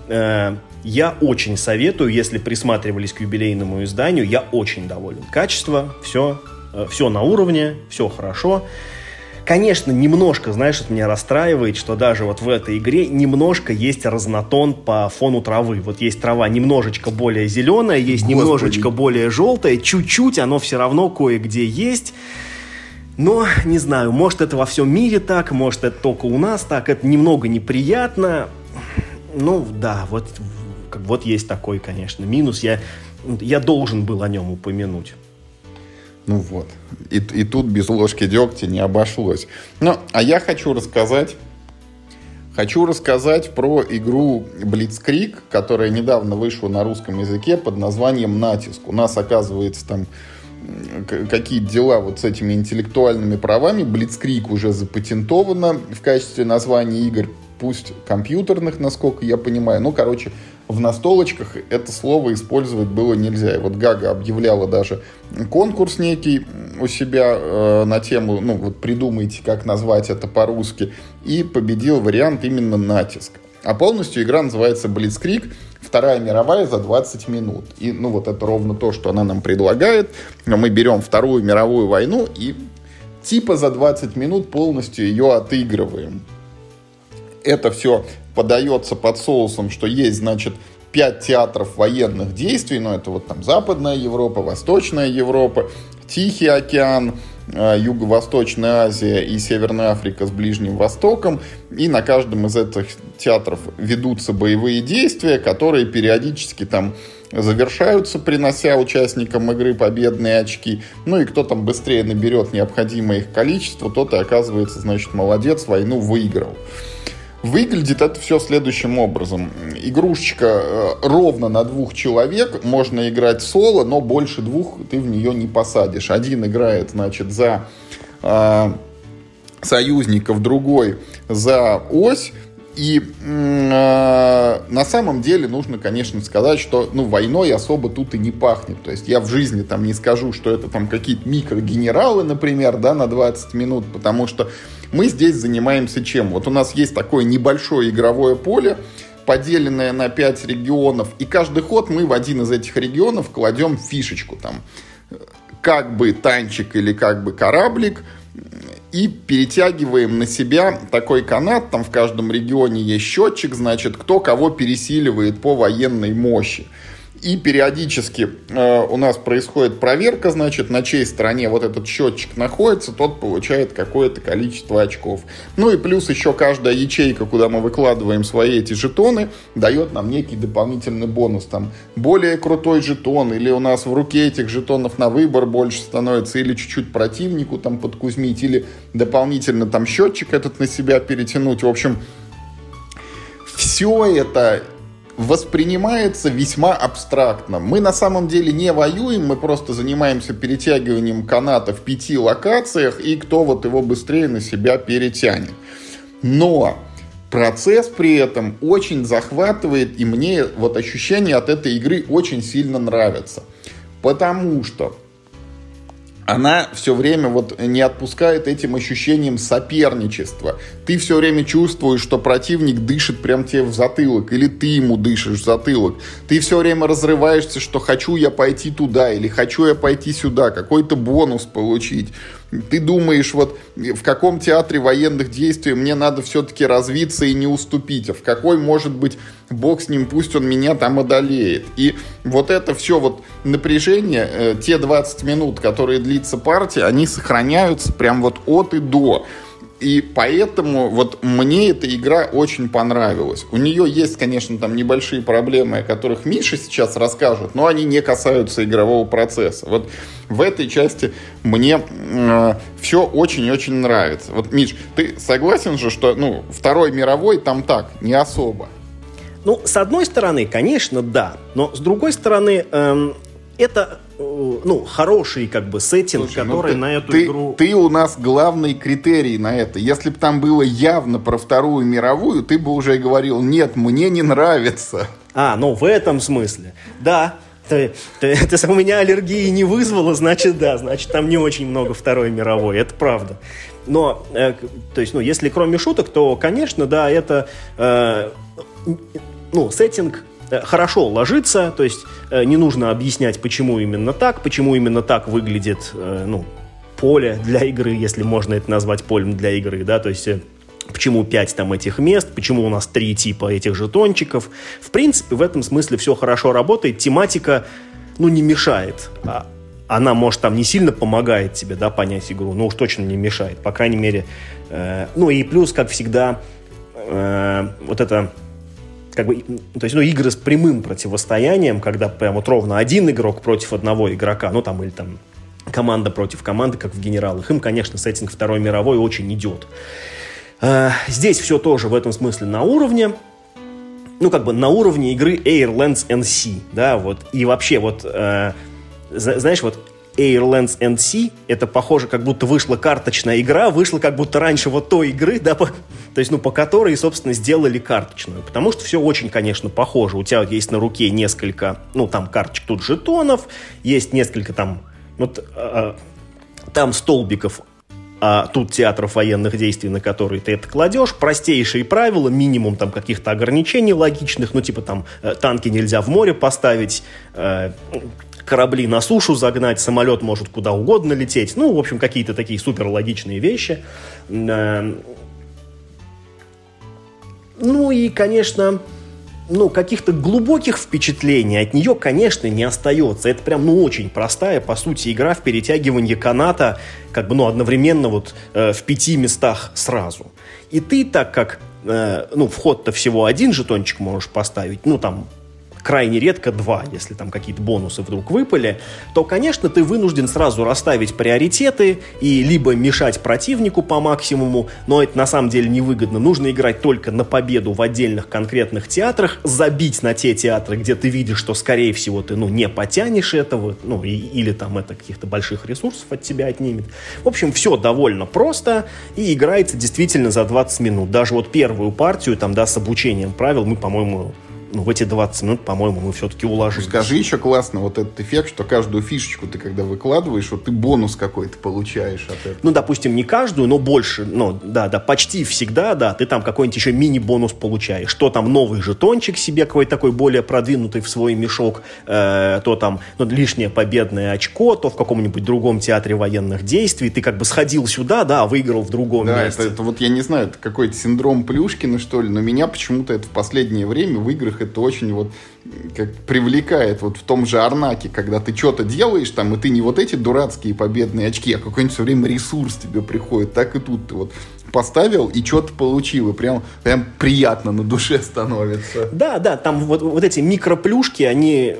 Я очень советую, если присматривались к юбилейному изданию, я очень доволен. Качество, все на уровне, все хорошо. Конечно, немножко, знаешь, это меня расстраивает, что даже вот в этой игре немножко есть разнотон по фону травы. Вот есть трава немножечко более зеленая, есть немножечко более желтая, чуть-чуть оно все равно кое-где есть. Но, не знаю, может это во всем мире так, может это только у нас так, это немного неприятно. Ну, да, вот есть такой, конечно, минус. Я должен был о нем упомянуть. Ну вот. И тут без ложки дегтя не обошлось. Ну, а я хочу рассказать про игру Blitzkrieg, которая недавно вышла на русском языке под названием «Натиск». У нас, оказывается, там какие-то дела вот с этими интеллектуальными правами. Blitzkrieg уже запатентовано в качестве названия игр. пусть компьютерных, насколько я понимаю. Ну, короче, в настолочках это слово использовать было нельзя. И вот Гага объявляла даже конкурс некий у себя на тему, ну, вот придумайте, как назвать это по-русски. И победил вариант именно «Натиск». А полностью игра называется «Блицкриг», Вторая мировая за 20 минут. И, ну, вот это ровно то, что она нам предлагает. Но мы берем Вторую мировую войну и типа за 20 минут полностью ее отыгрываем. Это все подается под соусом, что есть, значит, 5 театров военных действий. Ну, это вот там Западная Европа, Восточная Европа, Тихий океан, Юго-Восточная Азия и Северная Африка с Ближним Востоком. И на каждом из этих театров ведутся боевые действия, которые периодически там завершаются, принося участникам игры победные очки. Ну и кто там быстрее наберет необходимое их количество, тот и оказывается, значит, молодец, войну выиграл. Выглядит это все следующим образом. Игрушечка ровно на 2 человек. Можно играть соло, но больше 2 ты в нее не посадишь. Один играет, значит, за союзников, другой за ось. И на самом деле нужно, конечно, сказать, что войной особо тут и не пахнет. То есть я в жизни там не скажу, что это там какие-то микрогенералы, например, да, на 20 минут, потому что мы здесь занимаемся чем? Вот у нас есть такое небольшое игровое поле, поделенное на 5 регионов, и каждый ход мы в один из этих регионов кладем фишечку, там, как бы танчик или как бы кораблик, и перетягиваем на себя такой канат, там в каждом регионе есть счетчик, значит, кто кого пересиливает по военной мощи. И периодически у нас происходит проверка, значит, на чьей стороне вот этот счетчик находится, тот получает какое-то количество очков. Ну и плюс еще каждая ячейка, куда мы выкладываем свои эти жетоны, дает нам некий дополнительный бонус. Там более крутой жетон, или у нас в руке этих жетонов на выбор больше становится, или чуть-чуть противнику там подкузмить, или дополнительно там счетчик этот на себя перетянуть. В общем, все это воспринимается весьма абстрактно. Мы на самом деле не воюем, мы просто занимаемся перетягиванием каната в 5 локациях, и кто вот его быстрее на себя перетянет. Но процесс при этом очень захватывает, и мне вот ощущения от этой игры очень сильно нравятся. Потому что она все время вот не отпускает этим ощущением соперничества. Ты все время чувствуешь, что противник дышит прям тебе в затылок, или ты ему дышишь в затылок. Ты все время разрываешься, что хочу я пойти туда, или хочу я пойти сюда, какой-то бонус получить. Ты думаешь, вот в каком театре военных действий мне надо все-таки развиться и не уступить, а в какой, может быть, бог с ним, пусть он меня там одолеет. И вот это все вот напряжение, те 20 минут, которые длится партия, они сохраняются прям вот от и до. И поэтому вот мне эта игра очень понравилась. У нее есть, конечно, там небольшие проблемы, о которых Миша сейчас расскажет, но они не касаются игрового процесса. Вот в этой части мне все очень-очень нравится. Вот, Миш, ты согласен же, что Второй мировой там так, не особо? С одной стороны, конечно, да. Но с другой стороны, это хороший как бы сеттинг, который на эту игру... Ты у нас главный критерий на это. Если бы там было явно про Вторую мировую, ты бы уже говорил, нет, мне не нравится. В этом смысле. Да, это у меня аллергии не вызвало, значит, да, значит, там не очень много Второй мировой, это правда. Но, то есть, если кроме шуток, то, конечно, да, это, сеттинг хорошо ложится, то есть не нужно объяснять, почему именно так выглядит, поле для игры, если можно это назвать полем для игры, да, то есть почему 5 там этих мест, почему у нас 3 типа этих жетончиков. В принципе, в этом смысле все хорошо работает, тематика, не мешает, она, может, там не сильно помогает тебе, да, понять игру, но уж точно не мешает, по крайней мере, и плюс, как всегда, вот это как бы, то есть, игры с прямым противостоянием, когда прям вот ровно один игрок против одного игрока, или там команда против команды, как в «Генералах», им, конечно, сеттинг Второй мировой очень идет. Здесь все тоже в этом смысле на уровне, на уровне игры Air, Lands and Sea, да, вот, и вообще, вот, знаешь, вот, Airlands and Sea. Это похоже, как будто вышла карточная игра, вышла как будто раньше вот той игры, да, то есть, по которой, собственно, сделали карточную. Потому что все очень, конечно, похоже. У тебя есть на руке несколько, там карточек, тут жетонов, есть несколько там, там столбиков, а тут театров военных действий, на которые ты это кладешь. Простейшие правила, минимум там каких-то ограничений логичных, танки нельзя в море поставить, корабли на сушу загнать, самолет может куда угодно лететь. В общем, какие-то такие супер логичные вещи. И, конечно, каких-то глубоких впечатлений от нее, конечно, не остается. Это прям, очень простая, по сути, игра в перетягивание каната, одновременно в 5 местах сразу. И ты, так как, вход-то всего один жетончик можешь поставить, крайне редко 2, если там какие-то бонусы вдруг выпали, то, конечно, ты вынужден сразу расставить приоритеты и либо мешать противнику по максимуму, но это на самом деле невыгодно. Нужно играть только на победу в отдельных конкретных театрах, забить на те театры, где ты видишь, что, скорее всего, ты, не потянешь этого, или там это каких-то больших ресурсов от тебя отнимет. В общем, все довольно просто и играется действительно за 20 минут. Даже первую партию, с обучением правил мы, по-моему, в эти 20 минут, по-моему, мы все-таки уложились. Скажи еще классно этот эффект, что каждую фишечку ты когда выкладываешь, ты бонус какой-то получаешь от этого. Допустим, не каждую, но больше, почти всегда, ты там какой-нибудь еще мини-бонус получаешь. То там новый жетончик себе какой-то такой более продвинутый в свой мешок, то там лишнее победное очко, то в каком-нибудь другом театре военных действий. Ты сходил сюда, выиграл в другом месте. Это я не знаю, это какой-то синдром Плюшкина, что ли, но меня почему-то это в последнее время в играх это очень как привлекает в том же Арнаке, когда ты что-то делаешь там, и ты не эти дурацкие победные очки, а какой-нибудь все время ресурс тебе приходит, так и тут ты поставил и что-то получил, и прям приятно на душе становится. Да, там эти микроплюшки, они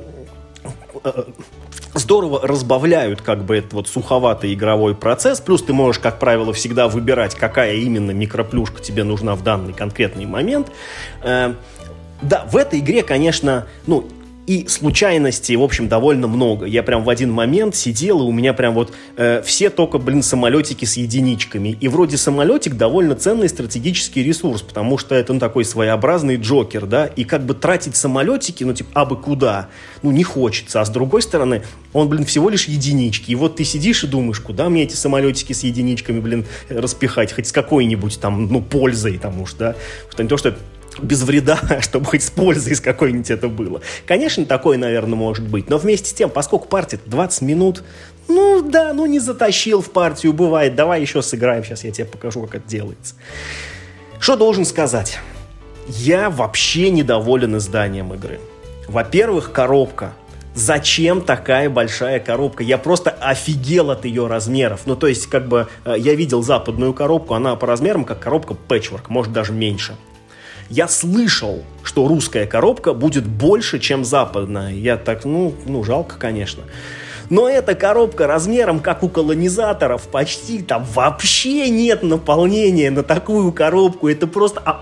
здорово разбавляют этот суховатый игровой процесс, плюс ты можешь, как правило, всегда выбирать, какая именно микроплюшка тебе нужна в данный конкретный момент. Да, в этой игре, конечно, и случайностей, в общем, довольно много. Я прям в один момент сидел, и у меня прям все только, самолетики с единичками. И вроде самолетик довольно ценный стратегический ресурс, потому что это, такой своеобразный джокер, да, и тратить самолетики, абы куда, не хочется. А с другой стороны, он, всего лишь единички. И ты сидишь и думаешь, куда мне эти самолетики с единичками, распихать, хоть с какой-нибудь там, пользой, там уж, да, что не то, что без вреда, чтобы хоть с пользой с какой-нибудь это было. Конечно, такое, наверное, может быть. Но вместе с тем, поскольку партия 20 минут, не затащил в партию, бывает. Давай еще сыграем, сейчас я тебе покажу, как это делается. Что должен сказать? Я вообще недоволен изданием игры. Во-первых, коробка. Зачем такая большая коробка? Я просто офигел от ее размеров. То есть, я видел западную коробку, она по размерам как коробка Patchwork, может даже меньше. Я слышал, что русская коробка будет больше, чем западная. Я так, жалко, конечно. Но эта коробка размером, как у колонизаторов, почти там вообще нет наполнения на такую коробку. Это просто...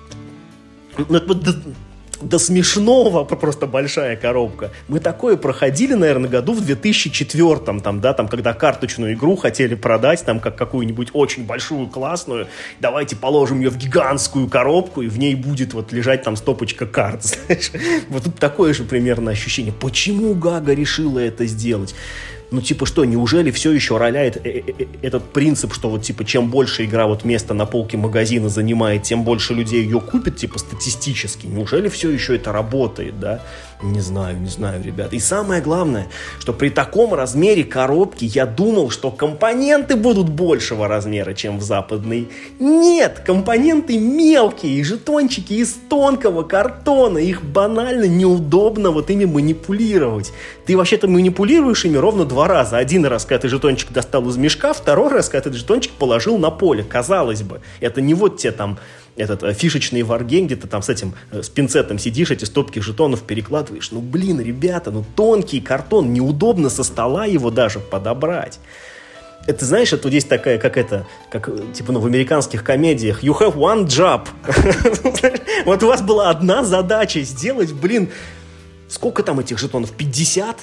До смешного просто большая коробка. Мы такое проходили, наверное, году в 2004-м, когда карточную игру хотели продать, как какую-нибудь очень большую, классную. Давайте положим ее в гигантскую коробку, и в ней будет лежать там стопочка карт, знаешь. Тут такое же примерно ощущение. Почему Гага решила это сделать? Неужели все еще роляет этот принцип, что чем больше игра место на полке магазина занимает, тем больше людей ее купит, статистически? Неужели все еще это работает, да? Не знаю, ребят. И самое главное, что при таком размере коробки я думал, что компоненты будут большего размера, чем в западной. Нет, компоненты мелкие, жетончики из тонкого картона. Их банально неудобно ими манипулировать. Ты вообще-то манипулируешь ими ровно 2 раза. Один раз, когда ты жетончик достал из мешка, второй раз, когда ты жетончик положил на поле. Казалось бы, это не тебе там этот фишечный варгейм, где ты там с пинцетом сидишь, эти стопки жетонов перекладываешь. Ребята, тонкий картон, неудобно со стола его даже подобрать. Это, знаешь, это здесь такая, как в американских комедиях. You have one job. У вас была одна задача сделать, сколько там этих жетонов? 50?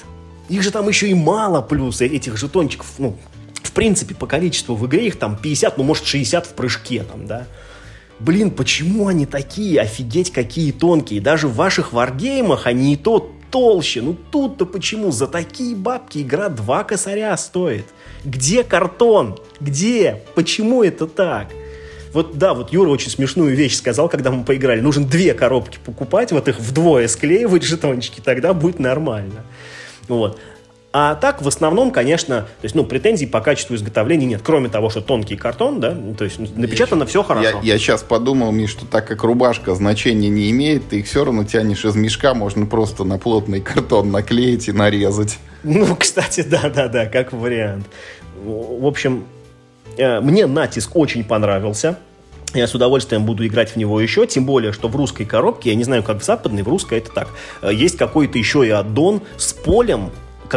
Их же там еще и мало, плюс этих жетончиков, ну, в принципе, по количеству в игре их там 50, ну, может, 60 в прыжке там, да. Блин, почему они такие, офигеть, какие тонкие. Даже в ваших варгеймах они и то толще. Ну, тут-то почему? За такие бабки игра 2 косаря стоит. Где картон? Где? Почему это так? Вот, да, вот Юра очень смешную вещь сказал, когда мы поиграли. Нужно 2 коробки покупать, вот их вдвое склеивать, жетончики, тогда будет нормально. Вот. А так, в основном, конечно, то есть, ну, претензий по качеству изготовления нет. Кроме того, что тонкий картон, да, то есть напечатано все хорошо. Я сейчас подумал, Миш, что так как рубашка значения не имеет, ты их все равно тянешь из мешка, можно просто на плотный картон наклеить и нарезать. Ну, кстати, да, как вариант. В общем, мне натиск очень понравился. Я с удовольствием буду играть в него еще, тем более, что в русской коробке, я не знаю, как в западной, в русской это так, есть какой-то еще и аддон с полем,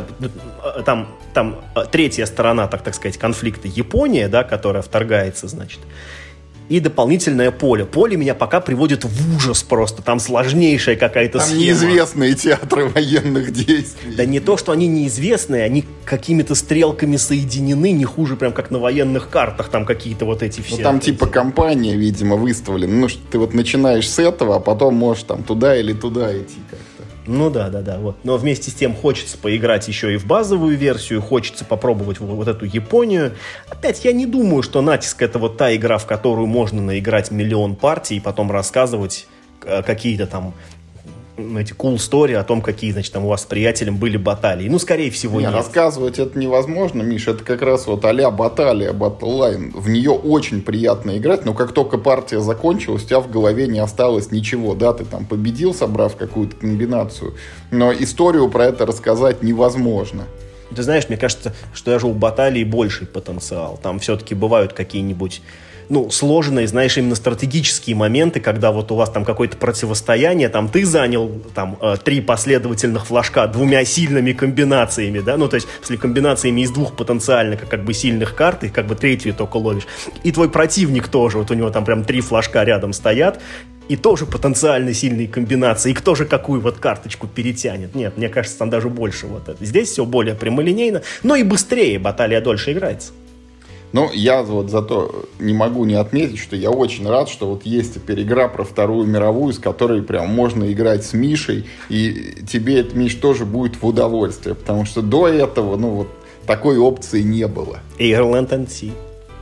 там третья сторона, так сказать, конфликта Япония, да, которая вторгается, значит, и дополнительное поле. Поле меня пока приводит в ужас просто. Там сложнейшая какая-то там схема. Неизвестные театры военных действий. Да не то, что они неизвестные, они какими-то стрелками соединены, не хуже прям как на военных картах, там какие-то вот эти все. Ну, там типа компания, видимо, выставлена. Ну, что ты вот начинаешь с этого, а потом можешь там туда или туда идти как-то. Ну да, вот. Но вместе с тем хочется поиграть еще и в базовую версию, хочется попробовать вот эту Японию. Опять, я не думаю, что натиск — это вот та игра, в которую можно наиграть миллион партий и потом рассказывать какие-то там эти cool story о том, какие, значит, там у вас с приятелем были баталии. Ну, скорее всего, нет. Рассказывать это невозможно, Миш. Это как раз вот а-ля баталия, Battle.line. В нее очень приятно играть, но как только партия закончилась, у тебя в голове не осталось ничего. Да, ты там победил, собрав какую-то комбинацию, но историю про это рассказать невозможно. Ты знаешь, мне кажется, что даже у баталии больший потенциал. Там все-таки бывают какие-нибудь, ну, сложные, знаешь, именно стратегические моменты, когда вот у вас там какое-то противостояние, там ты занял там 3 последовательных флажка 2 сильными комбинациями, да, ну, то есть, если комбинациями из 2 потенциально как бы сильных карт, и как бы 3-ю только ловишь, и твой противник тоже, вот у него там прям 3 флажка рядом стоят, и тоже потенциально сильные комбинации, и кто же какую вот карточку перетянет. Нет, мне кажется, там даже больше вот это. Здесь все более прямолинейно, но и быстрее, баталия дольше играется. Ну, я вот зато не могу не отметить, что я очень рад, что вот есть теперь игра про Вторую мировую, с которой прям можно играть с Мишей, и тебе это, Миш, тоже будет в удовольствие, потому что до этого, ну, вот такой опции не было. Land and Sea.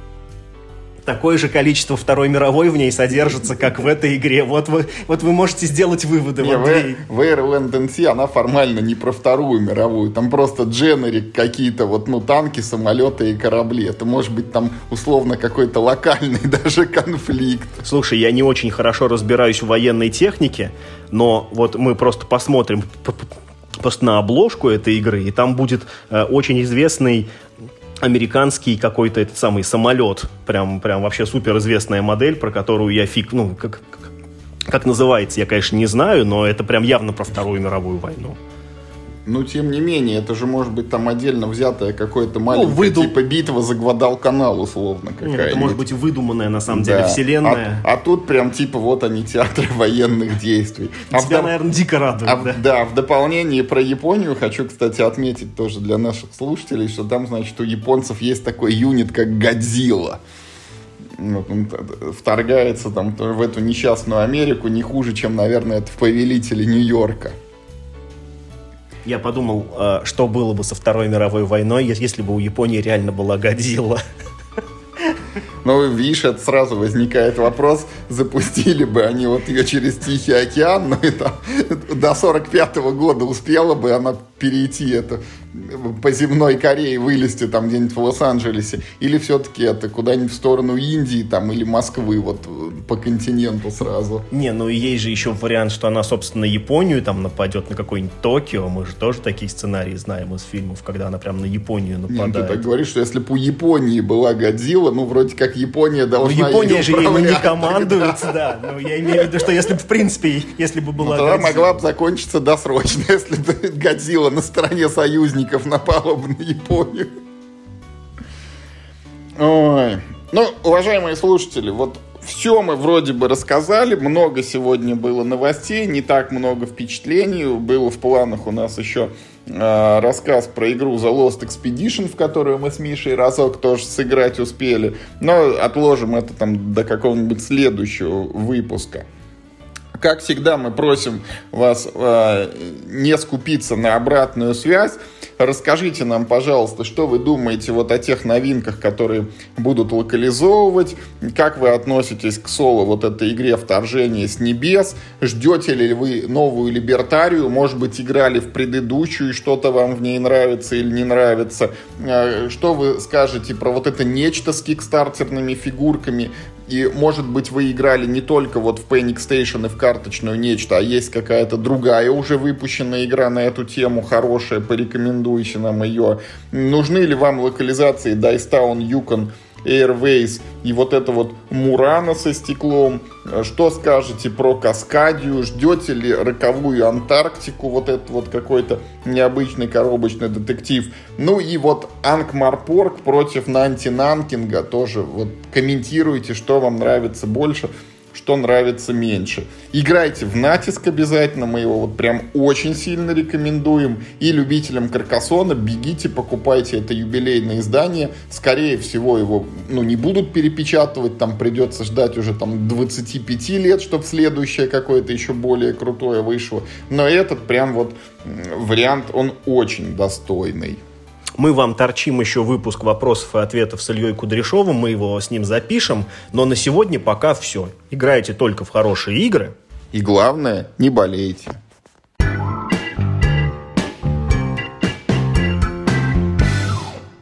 Такое же количество Второй мировой в ней содержится, как в этой игре. Вот вы можете сделать выводы. Не, в Land and Sea она формально не про Вторую мировую. Там просто дженерик какие-то вот, ну, танки, самолеты и корабли. Это может быть там условно какой-то локальный даже конфликт. Слушай, я не очень хорошо разбираюсь в военной технике, но вот мы просто посмотрим просто на обложку этой игры, и там будет очень известный американский какой-то этот самый самолет, прям вообще суперизвестная модель, про которую я ну, как называется, я, конечно, не знаю, но это прям явно про Вторую мировую войну. Ну, тем не менее, это же может быть там отдельно взятое какое-то маленькое, типа битва за Гвадалканал, условно, какая-нибудь. Нет, это может быть выдуманная, на самом деле, вселенная. А тут прям типа вот они, театры военных действий. Тебя, наверное, дико радует, да? Да, в дополнение про Японию хочу, кстати, отметить тоже для наших слушателей, что там, значит, у японцев есть такой юнит, как Годзилла. Вот он вторгается там в эту несчастную Америку не хуже, чем, наверное, это в «Повелителе Нью-Йорка». Я подумал, что было бы со Второй мировой войной, если бы у Японии реально была Годзилла. Ну, видишь, это сразу возникает вопрос, запустили бы они вот ее через Тихий океан, ну и там до 45-го года успела бы она перейти это по земной Корее, вылезти там где-нибудь в Лос-Анджелесе, или все-таки это куда-нибудь в сторону Индии там или Москвы, вот по континенту сразу. Не, ну и есть же еще вариант, что она, собственно, Японию там нападет на какой-нибудь Токио, мы же тоже такие сценарии знаем из фильмов, когда она прям на Японию нападает. Нет, ты так говоришь, что если бы у Японии была Годзилла, ну вроде как Япония должна Япония же ей не командует, да. Но я имею в виду, что если бы, в принципе, если бы была Годзилла... Тогда могла бы закончиться досрочно, если бы Годзилла на стороне союзников напала бы на Японию. Ой. Ну, уважаемые слушатели, вот Все мы вроде бы рассказали, много сегодня было новостей, не так много впечатлений. Было в планах у нас еще рассказ про игру The Lost Expedition, в которую мы с Мишей разок тоже сыграть успели. Но отложим это там до какого-нибудь следующего выпуска. Как всегда, мы просим вас не скупиться на обратную связь. Расскажите нам, пожалуйста, что вы думаете вот о тех новинках, которые будут локализовывать. Как вы относитесь к соло, вот этой игре «Вторжение с небес». Ждете ли вы новую Либертарию? Может быть, играли в предыдущую, и что-то вам в ней нравится или не нравится. Что вы скажете про вот это нечто с кикстартерными фигурками? И, может быть, вы играли не только вот в Panic Station и в карточную нечто, а есть какая-то другая уже выпущенная игра на эту тему, хорошая, порекомендуйте нам ее. Нужны ли вам локализации Dice Town, Yukon, Airways и вот это вот Мурана со стеклом? Что скажете про Каскадию? Ждете ли роковую Антарктику? Вот этот вот какой-то необычный коробочный детектив. Ну и вот Анкмарпорг против Нанти Нанкинга. Тоже вот комментируйте, что вам нравится больше, что нравится меньше. Играйте в Натиск обязательно, мы его вот прям очень сильно рекомендуем. И любителям Каркасона бегите, покупайте это юбилейное издание. Скорее всего его не будут перепечатывать, там придется ждать уже там 25 лет, чтобы следующее какое-то еще более крутое вышло. Но этот прям вот вариант, он очень достойный. Мы вам торчим еще выпуск вопросов и ответов с Ильей Кудряшовым, мы его с ним запишем, но на сегодня пока все. Играйте только в хорошие игры. И главное, не болейте.